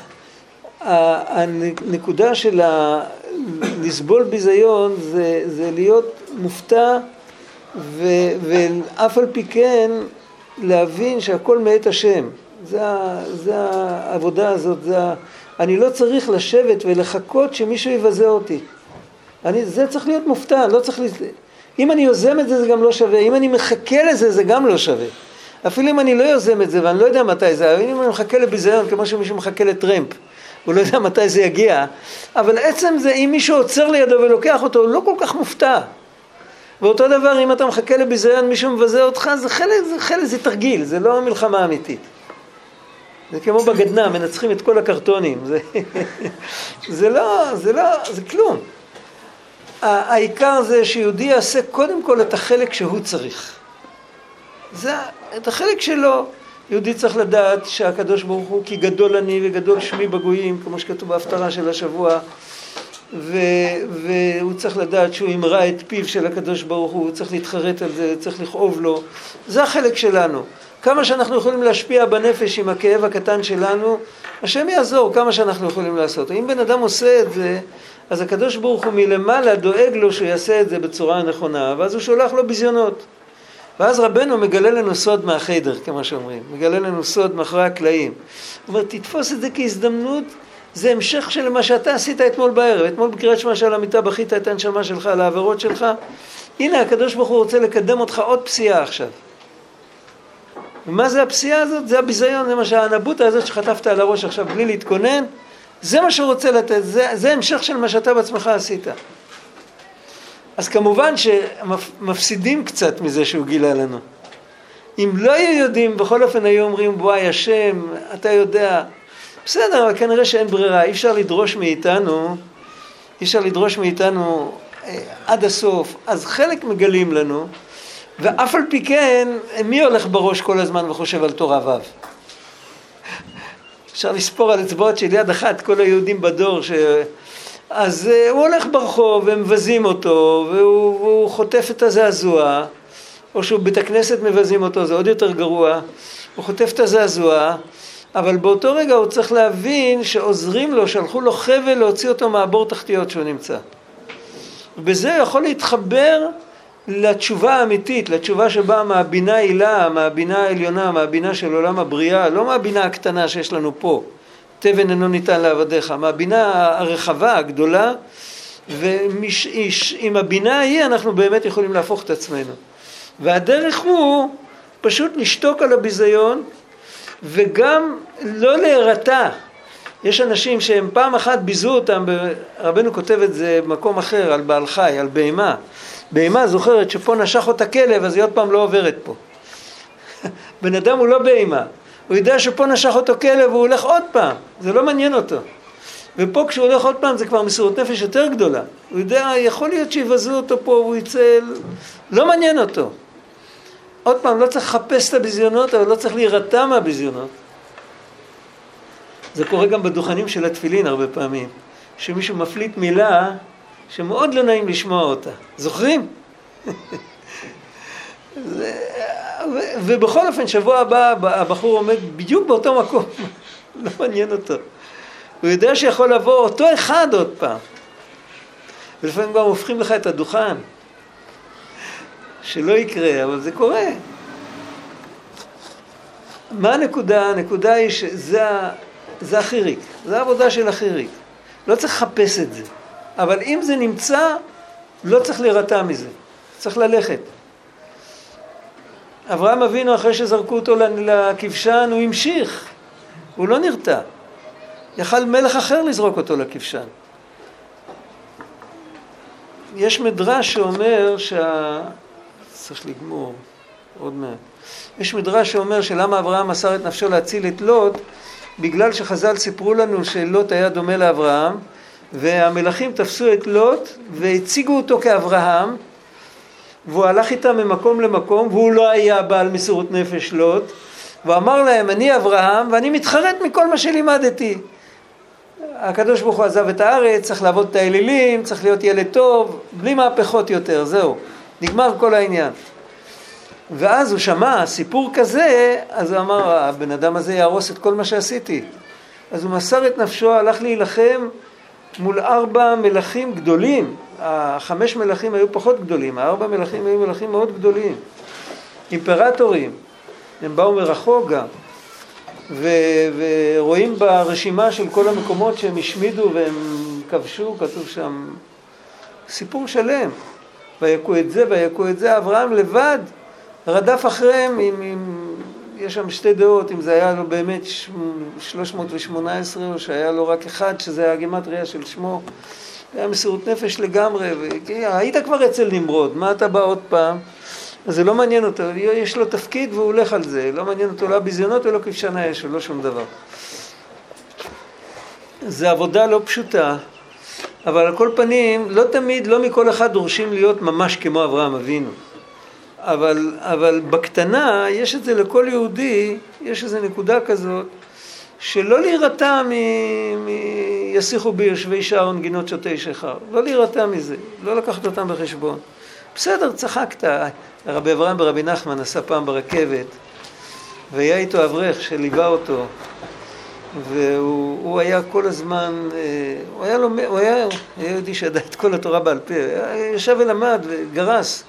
הנקודה של לסבול ביזיון זה להיות מופתע ואף על פי כן להבין שהכל מאת השם. זה העבודה הזאת. אני לא צריך לשבת ולחכות שמישהו יבזה אותי. זה צריך להיות מופתע, לא צריך אם אני יוזם את זה, זה גם לא שווה. אם אני מחכה לזה, זה גם לא שווה. אפילו אם אני לא יוזם את זה ואני לא יודע מתי זה, אם אני מחכה לביזיון כמו שמישהו מחכה לטרמפ, הוא לא יודע מתי זה יגיע, אבל עצם זה, אם מישהו עוצר לידו ולוקח אותו, הוא לא כל כך מופתע. ואותו דבר, אם אתה מחכה לביזיון, מישהו מבזה אותך, זה תרגיל, זה לא מלחמה אמיתית. זה כמו בגדנה, מנצחים את כל הקרטונים. זה כלום. העיקר זה שיהודי יעשה קודם כל את החלק שהוא צריך. את החלק שלו. יהודי צריך לדעת שהקדוש ברוך הוא כי גדול אני וגדול שמי בגויים, כמו שכתוב בהפטרה של השבוע, והוא צריך לדעת שהוא ימרא את פיו של הקדוש ברוך הוא צריך להתחרט על זה, צריך לכאוב לו. זה החלק שלנו. כמה שאנחנו יכולים להשפיע בנפש עם הכאב הקטן שלנו, השם יעזור כמה שאנחנו יכולים לעשות. אם בן אדם עושה את זה, אז הקדוש ברוך הוא מלמעלה דואג לו שהוא יעשה את זה בצורה הנכונה, ואז הוא שולח לו ביזיונות. ואז רבנו מגלה לנו סוד מהחדר, כמו שאומרים. מגלה לנו סוד מאחורי הקלעים. הוא אומר, תתפוס את זה כהזדמנות, זה המשך של מה שאתה עשית אתמול בערב. אתמול בקריאת שמע של המיטה בכית את הנשמה שלך על העבירות שלך. הנה, הקדוש ברוך הוא רוצה לקדם אותך עוד פסיעה עכשיו. ומה זה הפסיעה הזאת? זה הביזיון, למשל, הנבוטה הזאת שחטפת על הראש עכשיו בלי להתכונן. זה מה שהוא רוצה לתת, זה המשך של מה שאתה בעצמך עשית. אז כמובן שמפסידים קצת מזה שהוא גילה לנו. אם לא היו יודעים, בכל אופן היו אומרים, בואי השם, אתה יודע. בסדר, אבל כנראה שאין ברירה, אי אפשר לדרוש מאיתנו עד הסוף. אז חלק מגלים לנו, ואף על פי כן, מי הולך בראש כל הזמן וחושב על תורה ו'? אפשר לספור על אצבעות של יד אחת כל היהודים בדור אז הוא הולך ברחוב והם מבזים אותו והוא חוטף את הזעזוע, או שהוא בית הכנסת מבזים אותו, זה עוד יותר גרוע. הוא חוטף את הזעזוע, אבל באותו רגע הוא צריך להבין שעוזרים לו, שלחו לו חבל להוציא אותו מהבור תחתיות שהוא נמצא. ובזה הוא יכול להתחבר לתשובה האמיתית, לתשובה שבאה מהבינה העילה, מהבינה העליונה, מהבינה של עולם הבריאה, לא מהבינה הקטנה שיש לנו פה, תבן אינו ניתן לעבדיך, מהבינה הרחבה, הגדולה, ועם הבינה ההיא אנחנו באמת יכולים להפוך את עצמנו. והדרך הוא פשוט לשתוק על הביזיון, וגם לא להירתע. יש אנשים שהם פעם אחת ביזו אותם, רבנו כותב את זה במקום אחר, על בעל חי, על בהמה. בהמה זוכרת שפה נשך אותה כלב, אז היא עוד פעם לא עוברת פה. בן אדם הוא לא בהמה. הוא יודע שפה נשך אותו כלב, והוא הולך עוד פעם. זה לא מעניין אותו. ופה כשהוא הולך עוד פעם, זה כבר מסירות נפש יותר גדולה. הוא יודע, יכול להיות שיבזו אותו פה, והוא יצא, לא מעניין אותו. עוד פעם, לא צריך לחפש את הביזיונות, אבל לא צריך להירתע מהביזיונות. זה קורה גם בדוכנים של התפילין הרבה פעמים, שמישהו מפליט מילה שמאוד לא נעים לשמוע אותה. זוכרים? ובכל אופן, שבוע הבא, הבחור עומד בדיוק באותו מקום. לא מעניין אותו. הוא יודע שיכול לבוא אותו אחד עוד פעם. ולפעמים גם הופכים לך את הדוכן. שלא יקרה, אבל זה קורה. מה הנקודה? הנקודה היא זה החיריק. זה העבודה של החיריק. לא צריך לחפש את זה. אבל אם זה נמצא, לא צריך להירתע מזה. צריך ללכת. אברהם אבינו, אחרי שזרקו אותו לכבשן, הוא המשיך. הוא לא נרתע. יכל מלך אחר לזרוק אותו לכבשן. יש מדרש שאומר צריך לגמור עוד מעט. יש מדרש שאומר שלמה אברהם מסר את נפשו להציל את לוט, בגלל שחז"ל סיפרו לנו שלוט היה דומה לאברהם, והמלכים תפסו את לוט והציגו אותו כאברהם, והוא הלך איתם ממקום למקום, והוא לא היה בעל מסירות נפש לוט, ואמר להם, אני אברהם ואני מתחרט מכל מה שלימדתי. הקדוש ברוך הוא עזב את הארץ, צריך לעבוד את האלילים, צריך להיות ילד טוב, בלי מהפכות יותר, זהו. נגמר כל העניין. ואז הוא שמע סיפור כזה, אז הוא אמר, הבן אדם הזה יהרוס את כל מה שעשיתי. אז הוא מסר את נפשו, הלך להילחם מול 4 מלכים גדולים. 5 מלכים היו פחות גדולים, 4 מלכים היו מלכים מאוד גדולים. אימפרטורים, הם באו מרחוק גם. ורואים ברשימה של כל המקומות שהם השמידו והם כבשו, כתוב שם סיפור שלם. ויקו את זה ויקו את זה, אברהם לבד רדף אחריהם, יש שם 2 דעות, אם זה היה לו באמת 318 או שהיה לו רק אחד, שזה היה הגימטריה של שמו, היה מסירות נפש לגמרי, היית כבר אצל נמרוד, מה אתה בא עוד פעם? אז זה לא מעניין אותו, יש לו תפקיד והוא הולך על זה, לא מעניין אותו לא ביזיונות ולא כבשן האש ולא שום דבר. זה עבודה לא פשוטה, אבל על כל פנים, לא תמיד, לא מכל אחד דורשים להיות ממש כמו אברהם אבינו. אבל בקטנה, יש את זה לכל יהודי, יש איזו נקודה כזאת, שלא להירתע יסיחו ביושבי שעון גינות שותי שחר. לא להירתע מזה, לא לקחת אותם בחשבון. בסדר, צחקת. הרבי אברהם ברבי נחמן עשה פעם ברכבת, והיה איתו אברך שליווה אותו, והוא היה כל הזמן, הוא היה יהודי שידע את כל התורה בעל פה, ישב ולמד וגרס,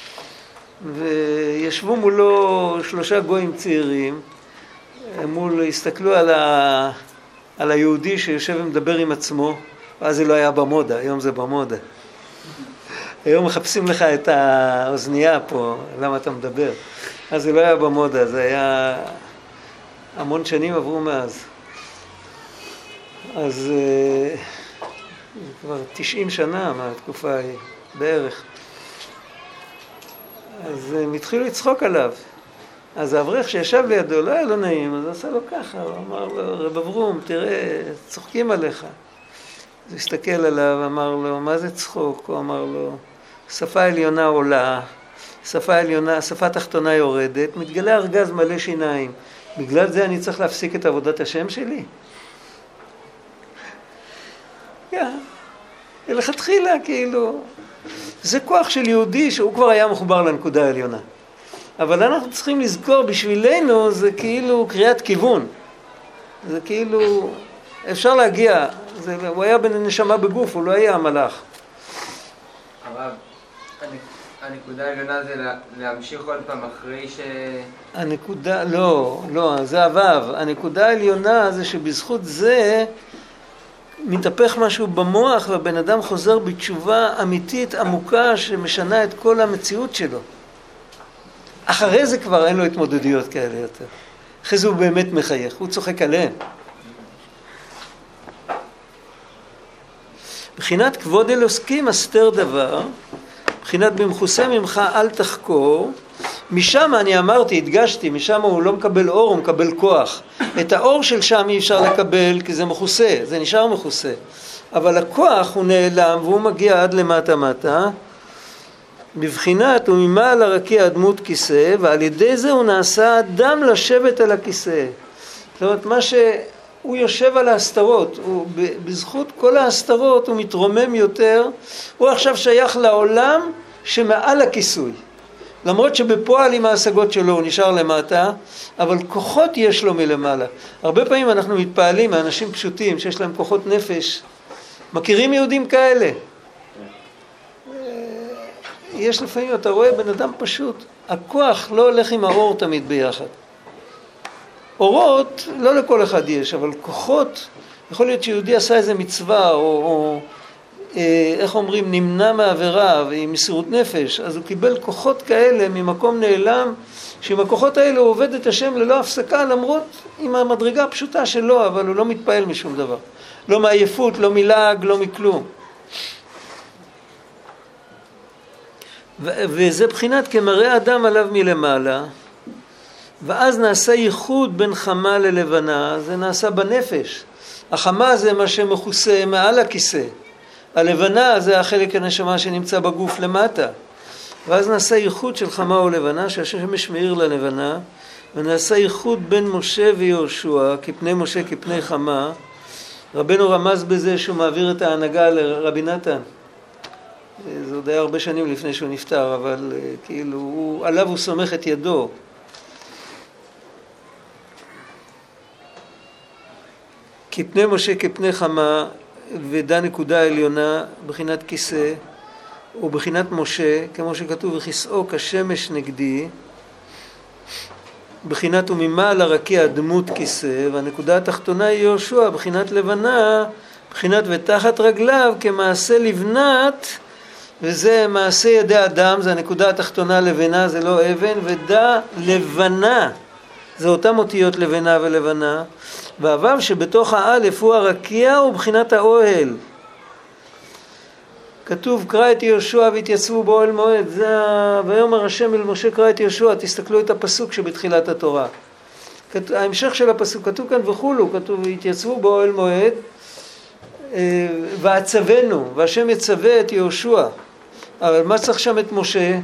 וישבו מולו 3 גויים צעירים, הסתכלו על היהודי שיושב ומדבר עם עצמו, ואז זה לא היה במודה, היום זה במודה. היום מחפשים לך את האוזנייה פה, למה אתה מדבר? אז זה לא היה במודה, זה היה המון שנים עברו מאז. אז כבר 90 שנה מהתקופה ההיא, בערך. אז הם התחילו לצחוק עליו. אז האברך שישב לידו, לא היה לו נעים, אז עשה לו ככה, הוא אמר לו, רב אברום, תראה, צוחקים עליך. אז הוא הסתכל עליו, אמר לו, מה זה צחוק? הוא אמר לו, שפה עליונה עולה, שפה תחתונה יורדת, מתגלה ארגז מלא שיניים. בגלל זה אני צריך להפסיק את עבודת השם שלי? לכתחילה, כאילו, זה כוח של יהודי שהוא כבר היה מחובר לנקודה העליונה. אבל אנחנו צריכים לזכור, בשבילנו זה כאילו קריאת כיוון. זה כאילו, אפשר להגיע, הוא היה נשמה בגוף, הוא לא היה המלאך. הרב, הנקודה העליונה זה להמשיך עוד פעם אחרי הנקודה, לא, זה הוו. הנקודה העליונה זה שבזכות זה מתהפך משהו במוח והבן אדם חוזר בתשובה אמיתית עמוקה שמשנה את כל המציאות שלו. אחרי זה כבר אין לו התמודדויות כאלה יותר. אחרי זה הוא באמת מחייך, הוא צוחק עליהם. בחינת כבוד אלוסקים אסתר דבר, בחינת במכוסה ממך אל תחקור, משם אני אמרתי, הדגשתי, משם הוא לא מקבל אור, הוא מקבל כוח. את האור של שם אי אפשר לקבל כי זה מכוסה, זה נשאר מכוסה. אבל הכוח הוא נעלם והוא מגיע עד למטה מטה, בבחינת וממעל הרקיע דמות כיסא, ועל ידי זה הוא נעשה אדם לשבת על הכיסא. זאת אומרת, מה שהוא יושב על ההסתרות, בזכות כל ההסתרות הוא מתרומם יותר, הוא עכשיו שייך לעולם שמעל הכיסוי. למרות שבפועל עם ההשגות שלו הוא נשאר למטה, אבל כוחות יש לו מלמעלה. הרבה פעמים אנחנו מתפעלים מאנשים פשוטים שיש להם כוחות נפש. מכירים יהודים כאלה? יש לפעמים, אתה רואה בן אדם פשוט, הכוח לא הולך עם האור תמיד ביחד. אורות, לא לכל אחד יש, אבל כוחות, יכול להיות שיהודי עשה איזה מצווה, או איך אומרים, נמנע מעבירה ועם מסירות נפש, אז הוא קיבל כוחות כאלה ממקום נעלם, שעם הכוחות האלה הוא עובד את השם ללא הפסקה, למרות עם המדרגה הפשוטה שלו, אבל הוא לא מתפעל משום דבר. לא מעייפות, לא מלעג, לא מכלום. וזה בחינת כמראה אדם עליו מלמעלה, ואז נעשה ייחוד בין חמה ללבנה, זה נעשה בנפש. החמה זה מה שמכוסה מעל הכיסא. הלבנה זה החלק הנשמה שנמצא בגוף למטה. ואז נעשה ייחוד של חמה ולבנה, שהשמש מאיר ללבנה, ונעשה ייחוד בין משה ויהושע, כפני משה כפני חמה. רבנו רמז בזה שהוא מעביר את ההנהגה לרבי נתן. זה עוד היה הרבה שנים לפני שהוא נפטר, אבל כאילו עליו הוא סומך את ידו. כפני משה כפני חמה, ודע נקודה עליונה בחינת כיסא, ובחינת משה, כמו שכתוב, וכיסאו כשמש נגדי, בחינת וממעל הרקיע דמות כיסא, והנקודה התחתונה היא יהושע, בחינת לבנה, בחינת ותחת רגליו כמעשה לבנת, וזה מעשה ידי אדם, זה הנקודה התחתונה לבנה, זה לא אבן, ודע לבנה, זה אותם אותיות לבנה ולבנה, והוו שבתוך האלף הוא הרקיע ובחינת האוהל. כתוב קרא את יהושע והתייצבו באוהל מועד, זה ויאמר השם אל משה קרא את יהושע, תסתכלו את הפסוק שבתחילת התורה. ההמשך של הפסוק כתוב כאן וכולו, כתוב התייצבו באוהל מועד, ועצבנו, והשם יצווה את יהושע. אבל מה צריך שם את משה?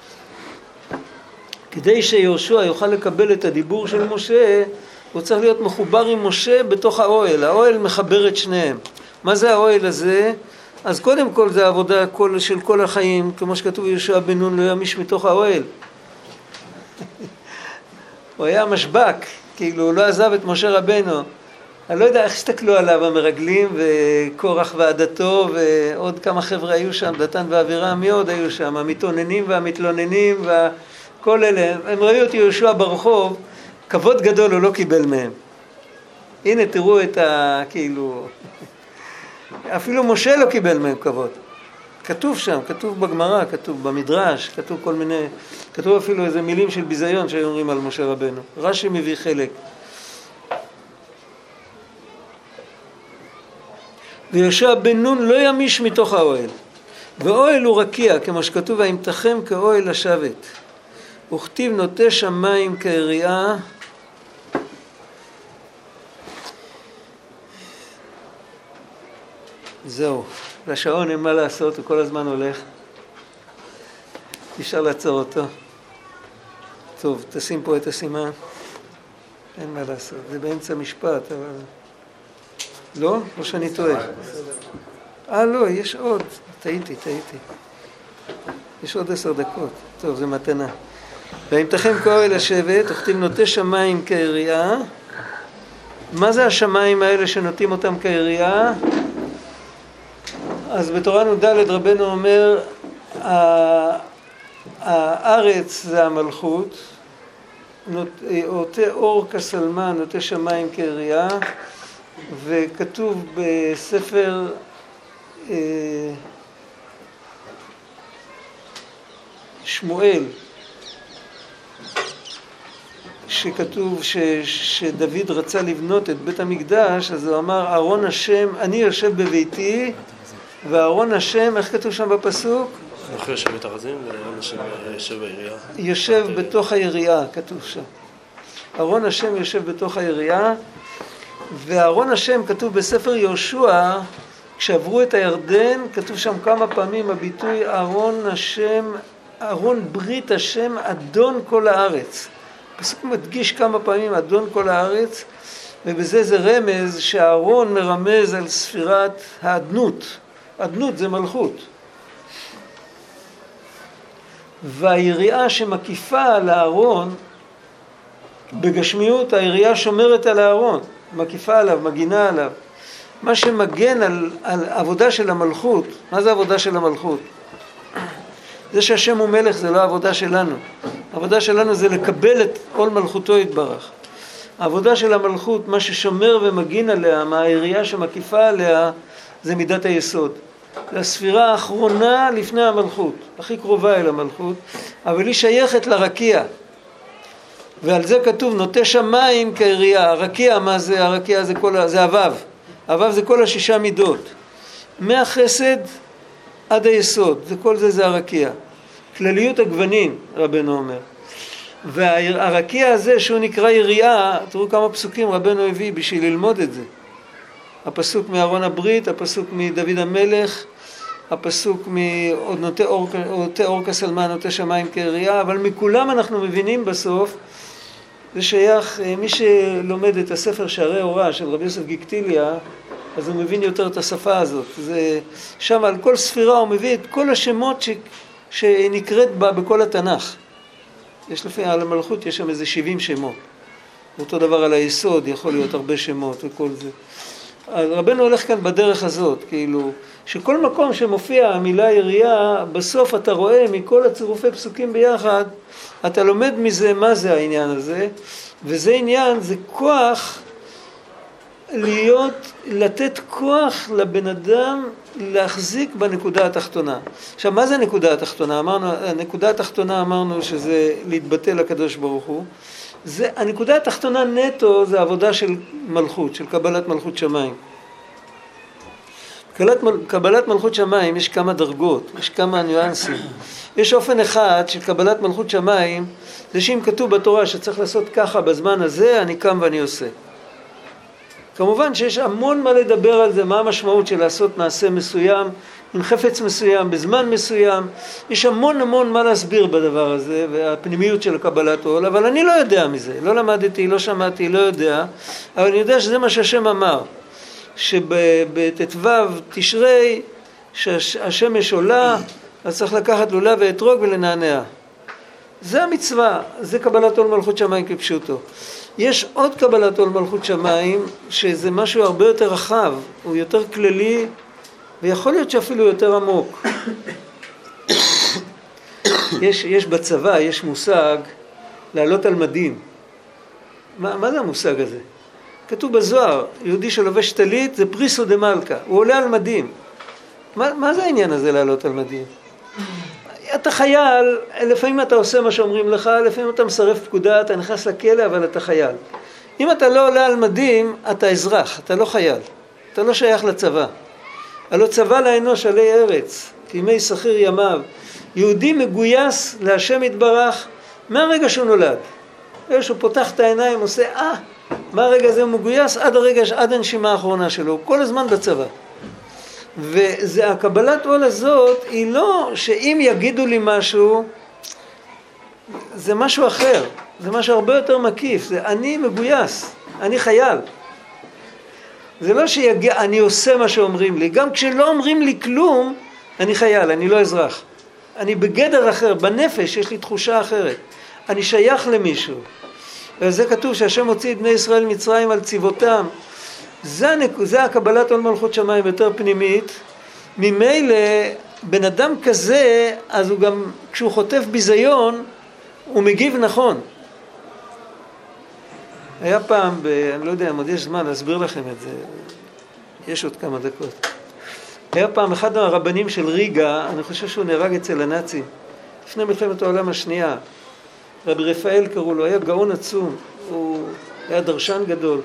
כדי שיהושע יוכל לקבל את הדיבור של משה, הוא צריך להיות מחובר עם משה בתוך האוהל. האוהל מחבר את שניהם. מה זה האוהל הזה? אז קודם כל זה העבודה של כל החיים, כמו שכתוב יהושע בן נון לא ימיש מתוך האוהל. הוא היה משבק, כאילו הוא לא עזב את משה רבנו. אני לא יודע איך הסתכלו עליו המרגלים וקורח ועדתו ועוד כמה חבר'ה היו שם, דתן ואבירם, מי עוד היו שם? המתאוננים והמתלוננים וכל אלה. הם ראו את יהושע ברחוב, כבוד גדול הוא לא קיבל מהם. הנה תראו את כאילו, אפילו משה לא קיבל מהם כבוד. כתוב שם, כתוב בגמרא, כתוב במדרש, כתוב כל מיני, כתוב אפילו איזה מילים של ביזיון שהיו אומרים על משה רבנו. רש"י מביא חלק. ויהושע בן נון לא ימיש מתוך האוהל. ואוהל הוא רקיע, כמו שכתוב, וימתחם כאוהל לשבת. וכתיב נוטה שמיים כיריעה. זהו, לשעון אין מה לעשות, הוא כל הזמן הולך. אפשר לעצור אותו. טוב, תשים פה את הסימן. אין מה לעשות, זה באמצע משפט, אבל... לא? או שאני טועה? לא, יש עוד. טעיתי. יש עוד 10 דקות. טוב, זה מתנה. וימתחם כאוהל לשבת, וכתיב נוטה שמיים כיריעה, מה זה השמיים האלה שנוטים אותם כעירייה? אז בתורה נ"ד רבנו אומר, הארץ זה המלכות, נוטה אור כסלמן, נוטה שמיים כעירייה, וכתוב בספר שמואל, שכתוב שדוד רצה לבנות את בית המקדש, אז הוא אמר, ארון השם, אני יושב בביתי, וארון השם, איך כתוב שם בפסוק? אחרי יושב את הרזים, וארון השם יושב בעירייה. יושב בתוך העירייה, כתוב שם. ארון השם יושב בתוך העירייה, וארון השם כתוב בספר יהושע, כשעברו את הירדן, כתוב שם כמה פעמים הביטוי ארון השם, ארון ברית השם, אדון כל הארץ. הפסוק מדגיש כמה פעמים אדון כל הארץ, ובזה זה רמז שהארון מרמז על ספירת האדנות. אדנות זה מלכות. והיריעה שמקיפה על הארון, בגשמיות היריעה שומרת על הארון, מקיפה עליו, מגינה עליו. מה שמגן על עבודה של המלכות, מה זה עבודה של המלכות? זה שהשם הוא מלך זה לא העבודה שלנו. העבודה שלנו זה לקבל את עול מלכותו יתברך. העבודה של המלכות, מה ששומר ומגין עליה, מה היריעה שמקיפה עליה, זה מידת היסוד. זה הספירה האחרונה לפני המלכות, הכי קרובה אל המלכות, אבל היא שייכת לרקיע. ועל זה כתוב, נוטה שמיים כעירייה. הרקיע, מה זה? הרקיע זה הוו. הוו זה כל השישה מידות. מהחסד עד היסוד, כל זה הרקיע. כלליות הגוונים, רבנו אומר. והרקיע הזה שהוא נקרא יריעה, תראו כמה פסוקים רבנו הביא בשביל ללמוד את זה. הפסוק מארון הברית, הפסוק מדוד המלך, הפסוק מעוד נוטה אור כסלמן, נוטה שמיים כעירייה, אבל מכולם אנחנו מבינים בסוף, זה שייך, מי שלומד את הספר שערי אורה של רבי יוסף גיקטיליה, אז הוא מבין יותר את השפה הזאת. זה, שם על כל ספירה הוא מביא את כל השמות שנקראת בה בכל התנ"ך. יש לפי, על המלכות יש שם איזה 70 שמות. אותו דבר על היסוד, יכול להיות הרבה שמות וכל זה. אז רבנו הולך כאן בדרך הזאת, כאילו, שכל מקום שמופיע המילה יריעה, בסוף אתה רואה מכל הצירופי פסוקים ביחד, אתה לומד מזה מה זה העניין הזה, וזה עניין, זה כוח לתת כוח לבן אדם להחזיק בנקודה התחתונה. עכשיו, מה זה נקודה התחתונה? הנקודה התחתונה אמרנו שזה להתבטא לקדוש ברוך הוא. הנקודה התחתונה נטו זה עבודה של מלכות, של קבלת מלכות שמיים. קבלת מלכות שמיים יש כמה דרגות, יש כמה ניואנסים. יש אופן אחד של קבלת מלכות שמיים, זה שאם כתוב בתורה שצריך לעשות ככה בזמן הזה, אני קם ואני עושה. כמובן שיש המון מה לדבר על זה, מה המשמעות של לעשות מעשה מסוים, עם חפץ מסוים, בזמן מסוים. יש המון מה להסביר בדבר הזה, והפנימיות של הקבלת עול, אבל אני לא יודע מזה. לא למדתי, לא שמעתי, לא יודע, אבל אני יודע שזה מה שהשם אמר. שבט"ו תשרי, שהשמש עולה, אז צריך לקחת לולב ואתרוג ולנענע. זה המצווה, זה קבלת עול מלכות שמיים כפשוטו. יש עוד קבלת עול מלכות שמיים, שזה משהו הרבה יותר רחב, הוא יותר כללי, ויכול להיות שאפילו יותר עמוק. יש בצבא, יש מושג לעלות על מדים. מה זה המושג הזה? כתוב בזוהר, יהודי שלובש טלית זה פריסו דה מלכה, הוא עולה על מדים. מה זה העניין הזה לעלות על מדים? אתה חייל, לפעמים אתה עושה מה שאומרים לך, לפעמים אתה מסרב פקודה, אתה נכנס לכלא, אבל אתה חייל. אם אתה לא עולה על מדים, אתה אזרח, אתה לא חייל. אתה לא שייך לצבא. הלא צבא לאנוש עלי ארץ, כימי שכיר ימיו. יהודי מגויס להשם יתברך מהרגע שהוא נולד. שהוא פותח את העיניים, עושה, מהרגע הזה הוא מגויס עד הנשימה האחרונה שלו, כל הזמן בצבא. והקבלת עול הזאת היא לא שאם יגידו לי משהו, זה משהו אחר, זה משהו הרבה יותר מקיף, זה אני מגויס, אני חייל. זה לא שאני עושה מה שאומרים לי, גם כשלא אומרים לי כלום, אני חייל, אני לא אזרח. אני בגדר אחר, בנפש יש לי תחושה אחרת. אני שייך למישהו. וזה כתוב שהשם הוציא את בני ישראל מצרים על צבאותם. זה הקבלת עול מלכות שמיים יותר פנימית. ממילא בן אדם כזה, אז הוא גם כשהוא חוטף ביזיון הוא מגיב נכון. היה פעם, אני לא יודע אם עוד יש זמן להסביר לכם את זה, יש עוד כמה דקות. היה פעם אחד הרבנים של ריגה, אני חושב שהוא נהרג אצל הנאצים, לפני מלחמת העולם השנייה. רבי רפאל קראו לו, היה גאון עצום, הוא היה דרשן גדול.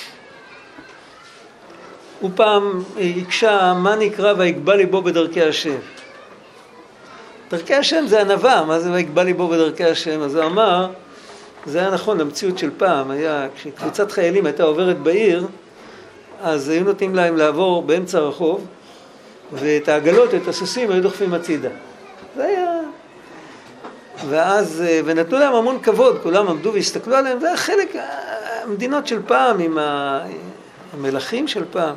הוא פעם הקשה מה נקרא ויקבע ליבו בדרכי השם. דרכי השם זה ענווה, מה זה ויקבע ליבו בדרכי השם? אז הוא אמר, זה היה נכון למציאות של פעם, היה, כשקבוצת חיילים הייתה עוברת בעיר, אז היו נותנים להם לעבור באמצע הרחוב, ואת העגלות, את הסוסים, היו דוחפים הצידה. זה היה... ואז, ונתנו להם המון כבוד, כולם עמדו והסתכלו עליהם, זה היה חלק, המדינות של פעם, עם המלכים של פעם.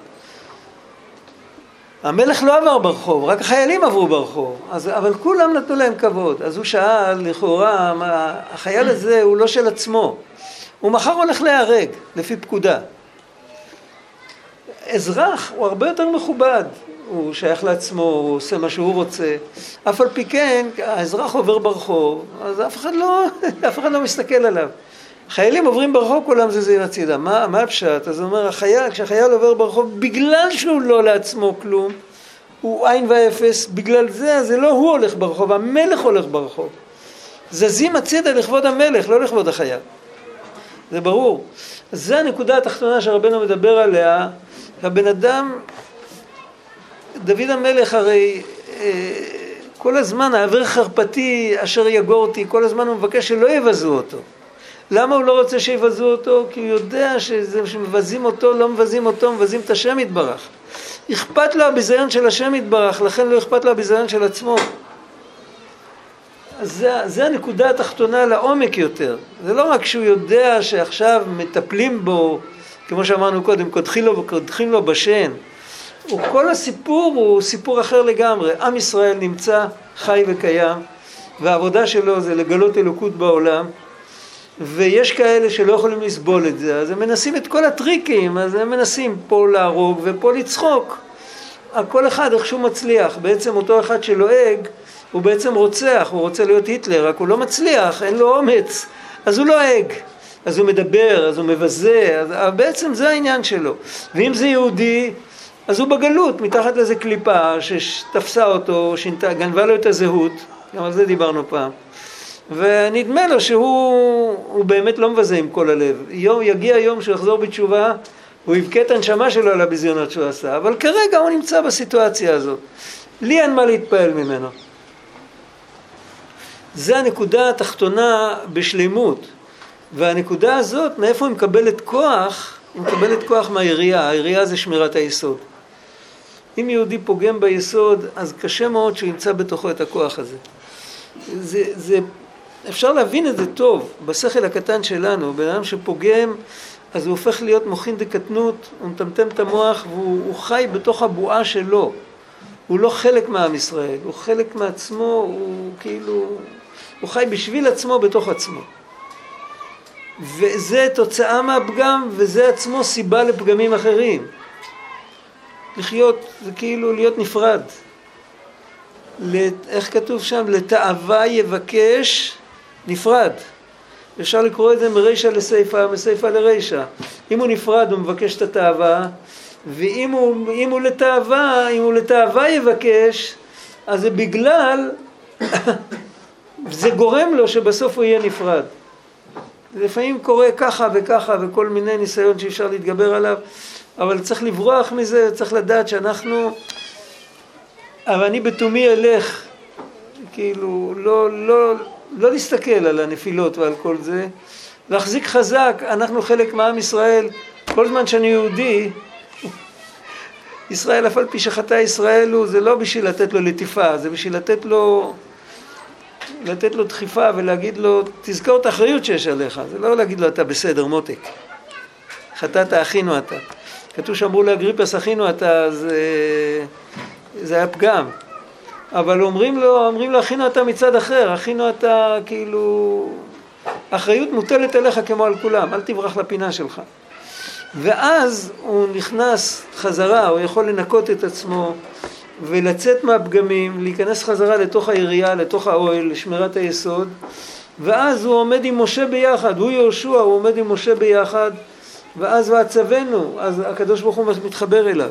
המלך לא עבר ברחוב, רק החיילים עברו ברחוב, אבל כולם נתנו להם כבוד. אז הוא שאל, לכאורה, החייל הזה הוא לא של עצמו, הוא מחר הולך להיהרג, לפי פקודה. אזרח הוא הרבה יותר מכובד, הוא שייך לעצמו, הוא עושה מה שהוא רוצה. אף על פי כן, האזרח עובר ברחוב, אז אף אחד לא מסתכל עליו. חיילים עוברים ברחוב, כולם זזים הצידה. מה הפשט? אז הוא אומר, כשהחייל עובר ברחוב, בגלל שהוא לא לעצמו כלום, הוא עין ואפס, בגלל זה לא הוא הולך ברחוב, המלך הולך ברחוב. זזים הצידה לכבוד המלך, לא לכבוד החייל. זה ברור. זה הנקודה התחתונה שרבנו מדבר עליה. הבן אדם, דוד המלך הרי כל הזמן, העבר חרפתי אשר יגורתי, כל הזמן הוא מבקש שלא יבזו אותו. למה הוא לא רוצה שיבזו אותו? כי הוא יודע שמבזים אותו, לא מבזים אותו, מבזים את השם יתברך. אכפת לו הביזיון של השם יתברך, לכן לא אכפת לו הביזיון של עצמו. זה הנקודה התחתונה לעומק יותר. זה לא רק שהוא יודע שעכשיו מטפלים בו, כמו שאמרנו קודם, קודחים לו בשן. כל הסיפור הוא סיפור אחר לגמרי. עם ישראל נמצא חי וקיים, והעבודה שלו זה לגלות אלוקות בעולם, ויש כאלה שלא יכולים לסבול את זה, אז הם מנסים את כל הטריקים, אז הם מנסים פה להרוג ופה לצחוק. כל אחד איך שהוא מצליח, בעצם אותו אחד שלועג, הוא בעצם רוצח, הוא רוצה להיות היטלר, רק הוא לא מצליח, אין לו אומץ, אז הוא לועג, אז הוא מדבר, אז הוא מבזה, אז בעצם זה העניין שלו. ואם זה יהודי, אז הוא בגלות, מתחת לזה קליפה שתפסה אותו, גנבה לו את הזהות, גם על זה דיברנו פעם. ונדמה לו שהוא באמת לא מבזה עם כל הלב. יגיע יום שהוא יחזור בתשובה, הוא יבכה את הנשמה שלו על הביזיונות שהוא עשה, אבל כרגע הוא נמצא בסיטואציה הזאת. לי אין מה להתפעל ממנו. זה הנקודה התחתונה בשלימות. והנקודה הזאת, מאיפה היא מקבלת כוח? היא מקבלת כוח מהעירייה. העירייה זה שמירת היסוד. אם יהודי פוגם ביסוד, אז קשה מאוד שהוא ימצא בתוכו את הכוח הזה. אפשר להבין את זה טוב, בשכל הקטן שלנו, בן אדם שפוגם, אז הוא הופך להיות מוחין דקטנות, הוא מטמטם את המוח, והוא חי בתוך הבועה שלו. הוא לא חלק מעם ישראל, הוא חלק מעצמו, הוא חי בשביל עצמו בתוך עצמו. וזה תוצאה מהפגם, וזה עצמו סיבה לפגמים אחרים. לחיות, זה כאילו להיות נפרד. איך כתוב שם? לתאווה יבקש נפרד. אפשר לקרוא את זה מרישא לסייפא, מסייפא לרישא. אם הוא נפרד הוא מבקש את התאווה, ואם הוא לתאווה יבקש, אז זה בגלל, זה גורם לו שבסוף הוא יהיה נפרד. לפעמים קורה ככה וככה וכל מיני ניסיון שאפשר להתגבר עליו, אבל צריך לברוח מזה, צריך לדעת שאנחנו, אבל אני בתומי אלך, כאילו לא להסתכל על הנפילות ועל כל זה, להחזיק חזק, אנחנו חלק מעם ישראל, כל זמן שאני יהודי, ישראל אף על פי שחטא ישראל הוא, זה לא בשביל לתת לו לטיפה, זה בשביל לתת לו דחיפה ולהגיד לו, תזכור את האחריות שיש עליך, זה לא להגיד לו אתה בסדר מותק, חטאת אחינו אתה. כתוב שאמרו לאגריפס אחינו אתה, זה היה פגם. אבל אומרים לו אחינו אתה מצד אחר, אחינו אתה כאילו, האחריות מוטלת אליך כמו על כולם, אל תברח לפינה שלך. ואז הוא נכנס חזרה, הוא יכול לנקות את עצמו ולצאת מהפגמים, להיכנס חזרה לתוך העירייה, לתוך האוהל, לשמירת היסוד, ואז הוא עומד עם משה ביחד, הוא יהושע, הוא עומד עם משה ביחד, ואז ועצבנו, אז הקדוש ברוך הוא מתחבר אליו.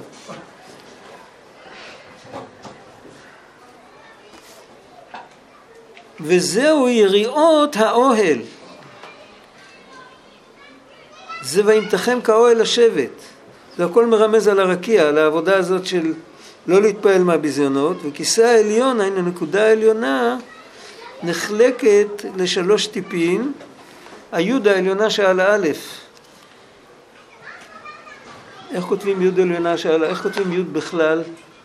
וזהו יריעות האוהל. זה וימתחם כאוהל השבט. זה הכל מרמז על הרקיע, על העבודה הזאת של לא להתפעל מהביזיונות, וכיסא העליון, הנקודה העליונה, נחלקת לשלוש טיפין, היוד העליונה שעל האלף. איך כותבים יוד עליונה שעל, איך כותבים יוד בכלל?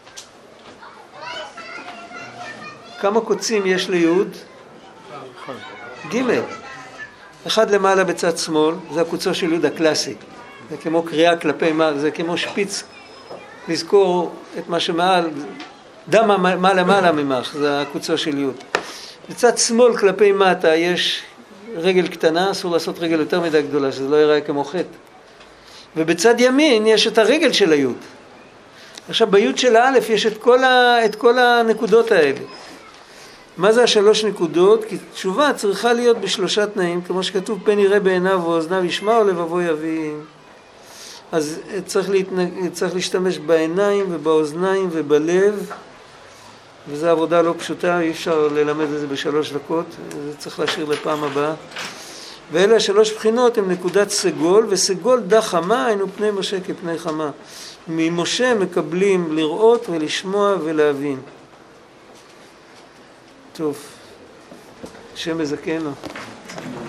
כמה קוצים יש ליוד? ג' אחד למעלה בצד שמאל, זה הקוצו של יוד הקלאסי. זה כמו קריאה כלפי מעלה, זה כמו שפיץ, לזכור את מה שמעל, דמה מה למעלה ממך, זה הקוצו של יוד. בצד שמאל כלפי מטה יש רגל קטנה, אסור לעשות רגל יותר מדי גדולה, שזה לא ייראה כמו חטא. ובצד ימין יש את הרגל של היוד. עכשיו ביוד של האלף יש את כל הנקודות האלה. מה זה השלוש נקודות? כי תשובה צריכה להיות בשלושה תנאים, כמו שכתוב פן יראה בעיניו ואוזניו ישמע ולבבו יבין. אז צריך להשתמש בעיניים ובאוזניים ובלב, וזו עבודה לא פשוטה, אי אפשר ללמד את זה בשלוש דקות, זה צריך להשאיר לפעם הבאה. ואלה השלוש בחינות הם נקודת סגול, וסגול דה חמה היינו פני משה כפני חמה. ממשה מקבלים לראות ולשמוע ולהבין. טוב, השם מזכנו.